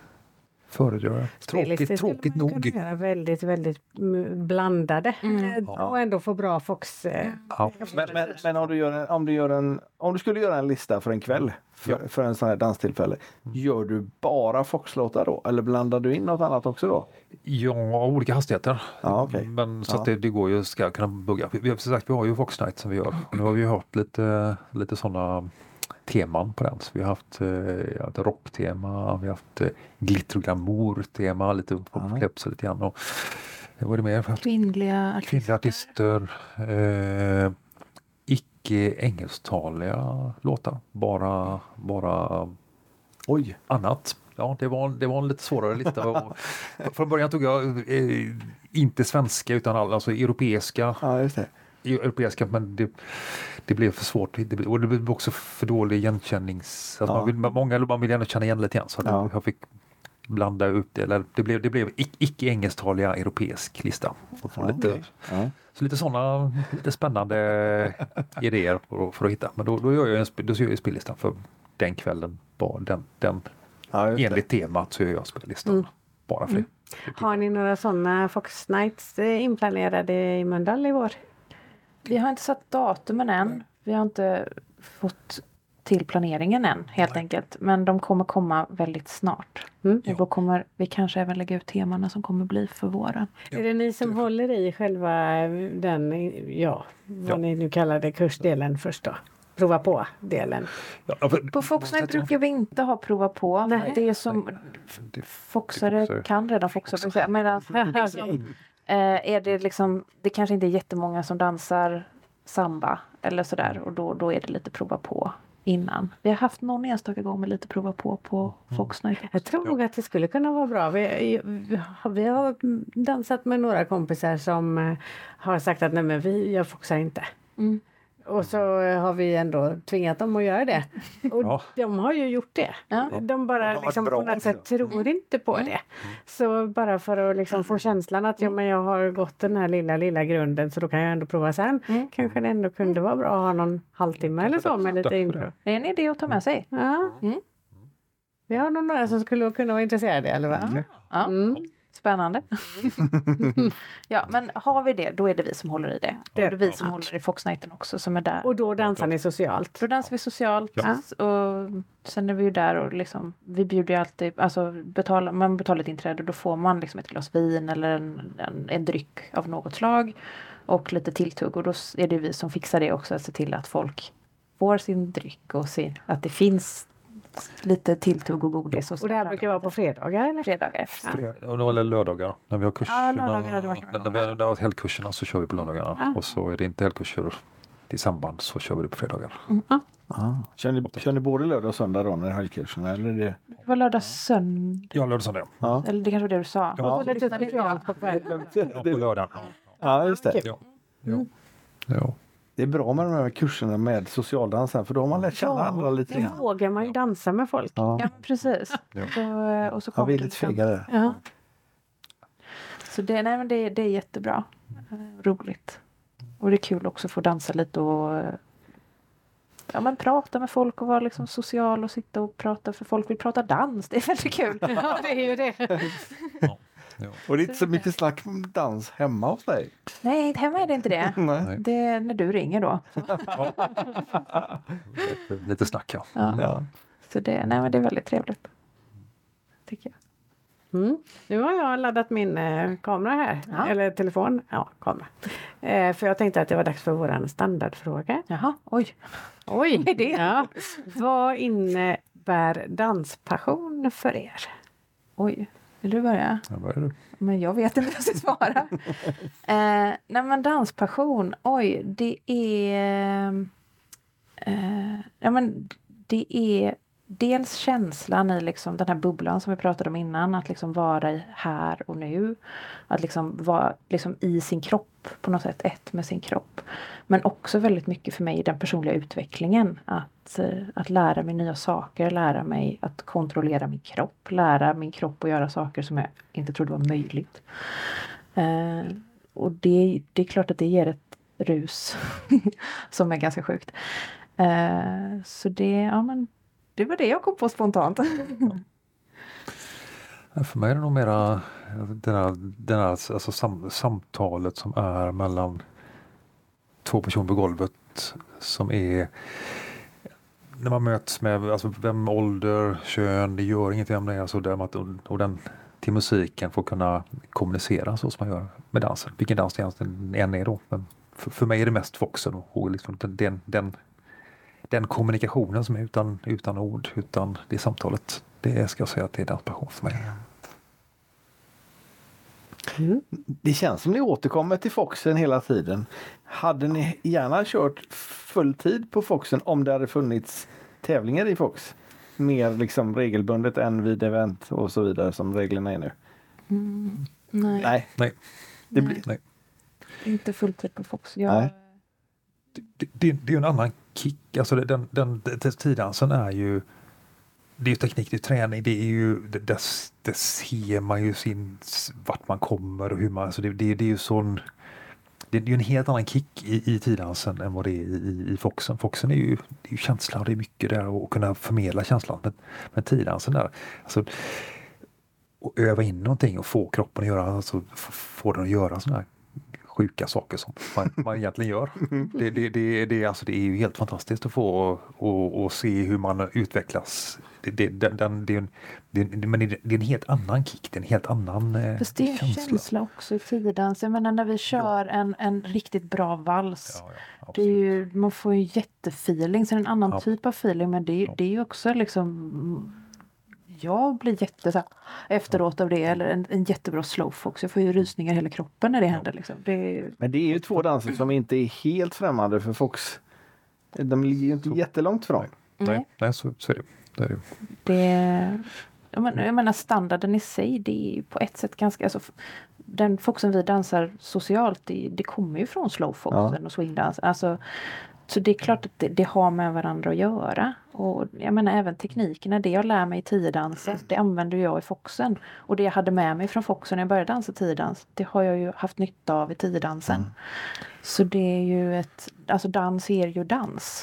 föredrar Tråkigt, tråkigt nog. Väldigt, väldigt blandade mm. och ändå få bra Fox. Ja. Men, men, men om, du gör en, om, du gör en, om du skulle göra en lista för en kväll för, ja. för en sån här danstillfälle, gör du bara Fox-låtar då? Eller blandar du in något annat också då? Ja, olika hastigheter. Ja, okay. Men så ja. att det, det går ju, ska kunna bugga. Vi har sagt, vi har ju Fox Night som vi gör. Och nu har vi ju hört lite, lite sådana teman på den. Så vi har haft eh, ett rocktema, vi har haft eh, glitter och glamour-tema, lite uppkläppt lite grann. Och det var det mer. Kvinnliga artister. Kvinnliga artister. Eh, icke engelsktaliga låtar. Bara, bara Oj. annat. Ja, det var, det var en lite svårare lista. Och från början tog jag eh, inte svenska utan all, alltså europeiska. Ja, just det. Europeiska, men det, det blev för svårt. Det blev, och det blev också för dålig igenkännings... Alltså ja. man vill, många man vill gärna känna igen lite grann. Så ja. det, jag fick blanda ut det. Eller det blev, det blev icke-engelsktaliga europeisk lista. Så, lite, okay. ja. så lite sådana lite spännande idéer för, för att hitta. Men då, då gör jag en, då gör jag spellistan för den kvällen. Bara den, den, ja, enligt temat så gör jag spellistan. Mm. Bara för mm. det. Har ni några sådana Fox Nights inplanerade i Mölndal i vår? Vi har inte satt datumen än. Vi har inte fått till planeringen än helt Nej. enkelt. Men de kommer komma väldigt snart. Mm. Och då kommer vi kanske även lägga ut temana som kommer bli för våren. Ja. Är det ni som det. håller i själva den, ja, vad ja. ni nu kallar det, kursdelen först då? Prova på-delen. Ja, för, på Foxnight brukar vi inte ha prova på. Nej. Det är som det, foxare det kan redan foxa. Medan liksom, eh, är det liksom, det kanske inte är jättemånga som dansar samba eller sådär. Och då, då är det lite prova på innan. Vi har haft någon enstaka gång med lite prova på på Foxnight. Jag tror nog att det skulle kunna vara bra. Vi, vi har dansat med några kompisar som har sagt att nej men vi, jag foxar inte. Mm. Och så har vi ändå tvingat dem att göra det. Och ja. de har ju gjort det. Ja. De bara de liksom på något sätt tror mm. inte på mm. det. Så bara för att liksom få känslan att ja, men jag har gått den här lilla, lilla grunden så då kan jag ändå prova sen. Mm. Kanske det ändå kunde vara bra att ha någon halvtimme eller så med lite intro. Det är en idé att ta med sig. Ja. Mm. Vi har nog några som skulle kunna vara intresserade, eller vad? Mm. Ja. Mm. Spännande. Ja, men har vi det, då är det vi som håller i det. Då är det vi som ja. håller i Foxnighten också som är där. Och då dansar ni socialt? Då dansar vi socialt. Ja. Och sen är vi ju där och liksom, vi bjuder ju alltid, alltså betala, man betalar ett inträde och då får man liksom ett glas vin eller en, en, en dryck av något slag och lite tilltugg. Och då är det vi som fixar det också, att se till att folk får sin dryck och sin, att det finns lite tilltugg och godis. Och, och det här brukar vara på fredagar eller? Fredagar. Ja. Eller lördagar. När vi har kurserna, ja, lördagar, när vi har helgkurserna så kör vi på lördagarna. Ja. Och så är det inte helgkurser i samband så kör vi det på fredagar. Mm. Ja. Ah. Kör, ni, kör ni både lördag och söndag då när det är helgkurserna? Eller är det... det var lördag söndag. Ja, lördag söndag. Ja. Eller det kanske var det du sa. Ja, ja. Lite socialt på kvällen. Ja, på lördagen. Ja, just det. Ja. Ja. Ja. Det är bra med de här kurserna med socialdansen för då har man lärt känna ja, andra lite grann. Då vågar man ju dansa med folk. Ja, ja precis. Ja. Så, och så ja, vi är lite fegare. Ja. Så det, nej, men det, det är jättebra. Roligt. Och det är kul också att få dansa lite och ja, men prata med folk och vara liksom social och sitta och prata för folk vill prata dans. Det är väldigt kul. Ja, det är ju det. Ja. Ja. Och det är inte så mycket snack om dans hemma hos dig? Nej, hemma är det inte det. Nej. Det är när du ringer då. Ja. Lite snack, ja. Ja. Ja. Så det, nej, men det är väldigt trevligt. Tycker jag. Mm. Nu har jag laddat min eh, kamera här. Ja. Eller telefon. Ja, kamera. Eh, för jag tänkte att det var dags för våran standardfråga. Jaha, oj. Oj, det. Ja. Vad innebär danspassion för er? Oj. Vill du börja? Ja, börjar du. Men jag vet inte vad jag ska svara. eh, nej men danspassion, oj, det är... Eh, ja men det är dels känslan i liksom den här bubblan som vi pratade om innan, att liksom vara i här och nu. Att liksom vara liksom i sin kropp på något sätt, ett med sin kropp. Men också väldigt mycket för mig den personliga utvecklingen. Att, att lära mig nya saker, lära mig att kontrollera min kropp, lära min kropp att göra saker som jag inte trodde var möjligt. Eh, och det, det är klart att det ger ett rus som är ganska sjukt. Eh, så det, ja men det var det jag kom på spontant. Ja, för mig är det nog mera den här, den här, alltså sam, samtalet som är mellan två personer på golvet som är när man möts med alltså vem ålder, kön, det gör ingenting om det, alltså där, och, och den till musiken får kunna kommunicera så som man gör med dansen. Vilken dans det än är då. Men för, för mig är det mest foxen och, och liksom den, den, den, den kommunikationen som är utan, utan ord, utan det samtalet. Det ska jag säga att det är danspassion för mig. Mm. Det känns som ni återkommer till Foxen hela tiden. Hade ni gärna kört full tid på Foxen om det hade funnits tävlingar i Fox? Mer liksom regelbundet än vid event och så vidare som reglerna är nu? Mm. Nej. Nej. Nej. Det blir... Nej. Inte full tid på Fox. Jag... Nej. Det, det, det är ju en annan kick. Alltså den, den, den, den tiddansen är ju det är ju teknik, det är träning, det är ju det, det, det ser man ju sin vart man kommer och hur man, alltså det, det, det är ju sån det är ju en helt annan kick i, i tiddansen än vad det är i, i Foxen. Foxen är ju, det är ju känsla och det är mycket där och kunna förmedla känslan. Men, men tiddansen där, alltså och öva in någonting och få kroppen att göra, alltså få den att göra sådana här sjuka saker som man, man egentligen gör. Det, det, det, det, alltså det är ju helt fantastiskt att få och, och se hur man utvecklas. Det, det, den, den, det, är en, det, är, men det är en helt annan kick, det är en helt annan eh, Fast det är en känsla. känsla också i tidans. Jag menar när vi kör ja. en, en riktigt bra vals. Ja, ja, det är ju, man får ju jättefeeling. Så det är en annan ja. typ av feeling. Men det, är, ja. det är ju också liksom... Jag blir jätte så här, efteråt av det, eller en, en jättebra slowfox. Jag får ju rysningar i hela kroppen när det händer. Liksom. Det är... Men det är ju två danser som inte är helt främmande för Fox. De ligger ju inte så. jättelångt från. Nej, Nej. Nej så, så är det. Det, är det. det jag, menar, jag menar standarden i sig, det är på ett sätt ganska... Alltså, den foxen vi dansar socialt, det, det kommer ju från slowfoxen ja. och swingdans. Alltså, så det är klart att det, det har med varandra att göra. Och jag menar även teknikerna, det jag lär mig i tiodansen, det använder jag i Foxen. Och det jag hade med mig från Foxen när jag började dansa tiodans, det har jag ju haft nytta av i tiodansen. Mm. Så det är ju ett, alltså dans är ju dans.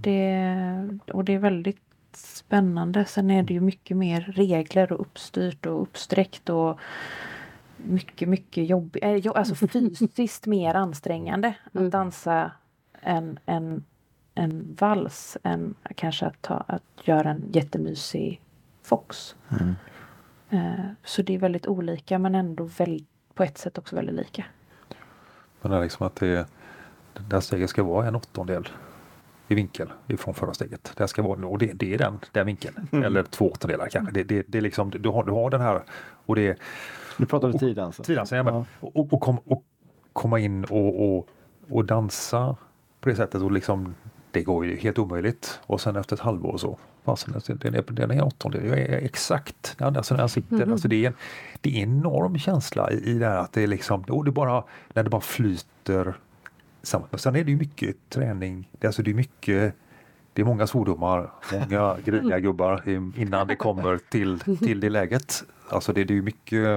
Det, och det är väldigt spännande. Sen är det ju mycket mer regler och uppstyrt och uppsträckt och mycket, mycket jobbigt. Alltså fysiskt mer ansträngande att dansa en, en, en vals än kanske att, ta, att göra en jättemysig fox. Mm. Uh, så det är väldigt olika men ändå väl, på ett sätt också väldigt lika. Men det är liksom att det, det här steget ska vara en åttondel i vinkel ifrån förra steget. Det ska vara, och det, det är den där vinkeln. Mm. Eller två åttondelar kanske. Det, det, det är liksom, du har, du har den här och det Nu pratar du tiddansen. Tiddansen, ja. Men, och, och, och, kom, och komma in och, och, och dansa på det sättet och liksom det går ju helt omöjligt. Och sen efter ett halvår så alltså, den, är, den är åttondel. Jag är exakt alltså, när jag sitter. Mm. Alltså, det, är en, det är en enorm känsla i, i det här att det är liksom och det bara, när det bara flyter samman. Och sen är det ju mycket träning. Det, alltså, det är mycket det är många svordomar, många griniga gubbar innan det kommer till, till det läget. Alltså det, det är ju mycket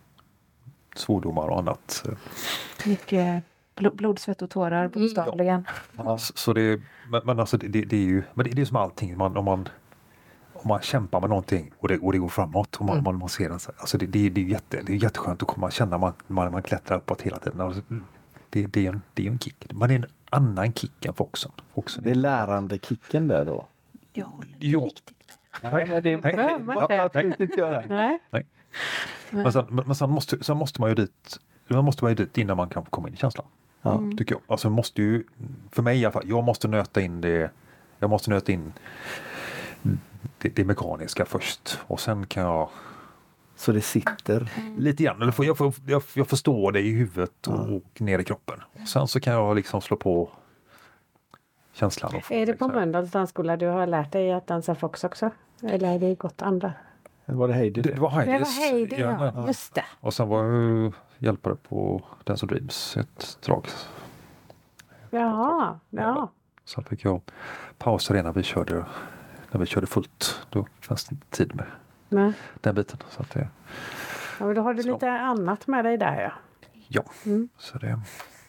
svordomar och annat. Mycket blod, svett och tårar bokstavligen. Ja. Så, så det, men, men alltså det, det är ju men det, det är som allting man, om man om man kämpar med någonting och det, och det går framåt och man, mm. man, man ser det, alltså det, det, det är jätte, det är jätteskönt att komma känna man, man, man klättrar uppåt hela tiden. Alltså det, det, är en, det är en kick. Man är en annan kick än Foxen. Foxen det är lärande kicken där då? Ja, jo. riktigt. Nej, nej, det är absolut inte göra. Nej. Nej. Men, sen, men sen, måste, sen måste man ju dit man måste man ju dit innan man kan komma in i känslan. Ja. Mm. Tycker jag. Alltså måste ju, för mig i alla fall, jag måste nöta in det jag måste nöta in det, det mekaniska först och sen kan jag så det sitter mm. lite grann eller får, jag, får, jag, jag förstår det i huvudet och, mm. och ner i kroppen. Och sen så kan jag liksom slå på känslan. Och är det på Mölndals dansskola du har lärt dig att dansa Fox också? Eller är det gått andra? Var det Heidi? Det, det var Heidi. Det var Heidi, ja. ja. Just det. Och sen var jag hjälpare på Dance of Dreams ett drag. Jaha, ja. Så fick jag pausa det när vi körde, när vi körde fullt. Då fanns det inte tid med Nej. den biten. Så att det, Ja, men då har du Så. lite annat med dig där, ja. ja, Mm. så det...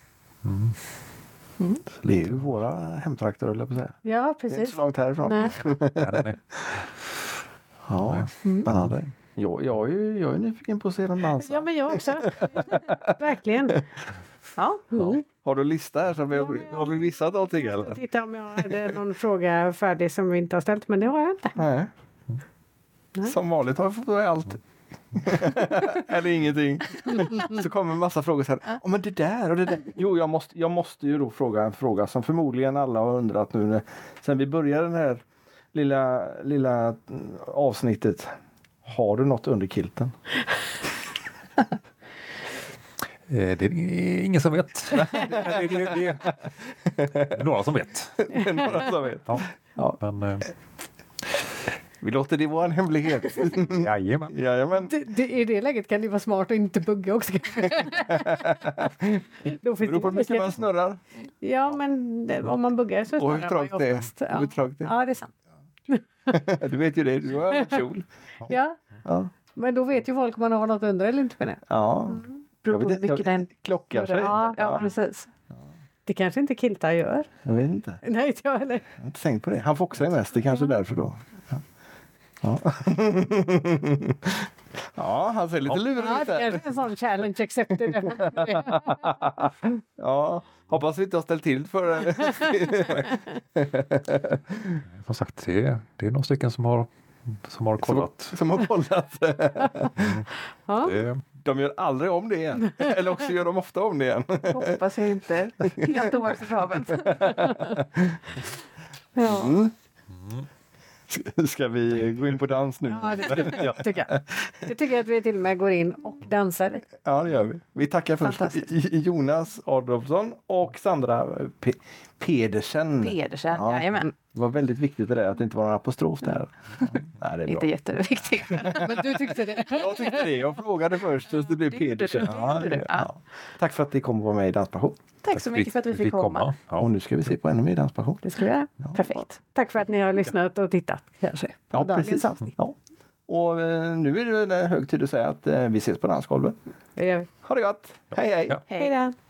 Det är ju våra hemtrakter, höll jag på att säga. Ja, Det är inte precis. så långt härifrån. Nej. Ja, den är, Ja, spännande. Jag, jag, är ju, jag är nyfiken på att se dem dansa. Ja, men jag också. Verkligen. Ja. Mm. Har du en lista här? Så vi, har vi missat någonting eller? Titta om jag hade någon fråga färdig som vi inte har ställt, men det har jag inte. Nej. Nej. Som vanligt har jag fått med allt. Eller ingenting. Så kommer en massa frågor så här. Oh, men det där och det där. Jo, jag måste, jag måste ju då fråga en fråga som förmodligen alla har undrat nu när, sen vi började den här lilla, lilla avsnittet. Har du något under kilten? eh, det är ingen som vet. det, det, det, det, det är några som vet. Det är några som vet. Ja. Ja. Men, eh, Vi låter det vara en hemlighet. jajamän. Jajamän. Det, det, I det läget kan det vara smart att inte bugga också. Då Det finns beror på hur mycket man snurrar. Ja, men det, om man buggar så Och hur snurrar man ju trångt det är. oftast. Och Ja. hur trångt det är. Ja, det är sant. Du vet ju det, du har en kjol. Ja, Ja. men då vet ju folk om man har något under eller inte med det. Ja. Beror Jag på vet hur inte, mycket den klockar sig. Ja, ja, precis. Det kanske inte kiltar gör. Jag vet inte. Nej, inte jag heller. Jag har inte tänkt på det. Han foxar ju mest, det är kanske är därför då. Ja, ja. Ja, han ser lite lurig Ja, ut det här. kanske är en sån challenge accepted. Ja, hoppas vi inte har ställt till för det. Som sagt, det är, det är några stycken som har, som har kollat. Som, som har kollat. Ja. Det, De gör aldrig om det igen. Eller också gör de ofta om det igen. Hoppas jag inte. Helt oacceptabelt. Ja. Mm. Ska vi gå in på dans nu? Ja, det tycker jag. Tycker jag. Jag tycker att vi till och med går in och dansar lite. Ja, det gör vi. Vi tackar först Fantastiskt. I- I- Jonas Adolfsson och Sandra Pe- Pedersen. Pedersen, Ja. jajamän. Det var väldigt viktigt det där att det inte var någon apostrof där. Ja, nej, det är Inte bra. jätteviktigt. Men du tyckte det? Jag tyckte det. Jag frågade först så det blev det gjorde Pedersen. du. Ja, Det gjorde du. ja. Tack för att ni kom och var med i Danspassion. Tack så mycket för att vi fick komma. Ja. Och nu ska vi se på ännu mer Danspassion. Det ska vi göra. Perfekt. Tack för att ni har lyssnat och tittat. Kanske. Ja, på dagens precis. avsnitt. Ja. Och eh, nu är det väl hög tid att säga att eh, vi ses på dansgolvet. Det gör vi. Ha det gott! Hej hej! Ja. Hej då!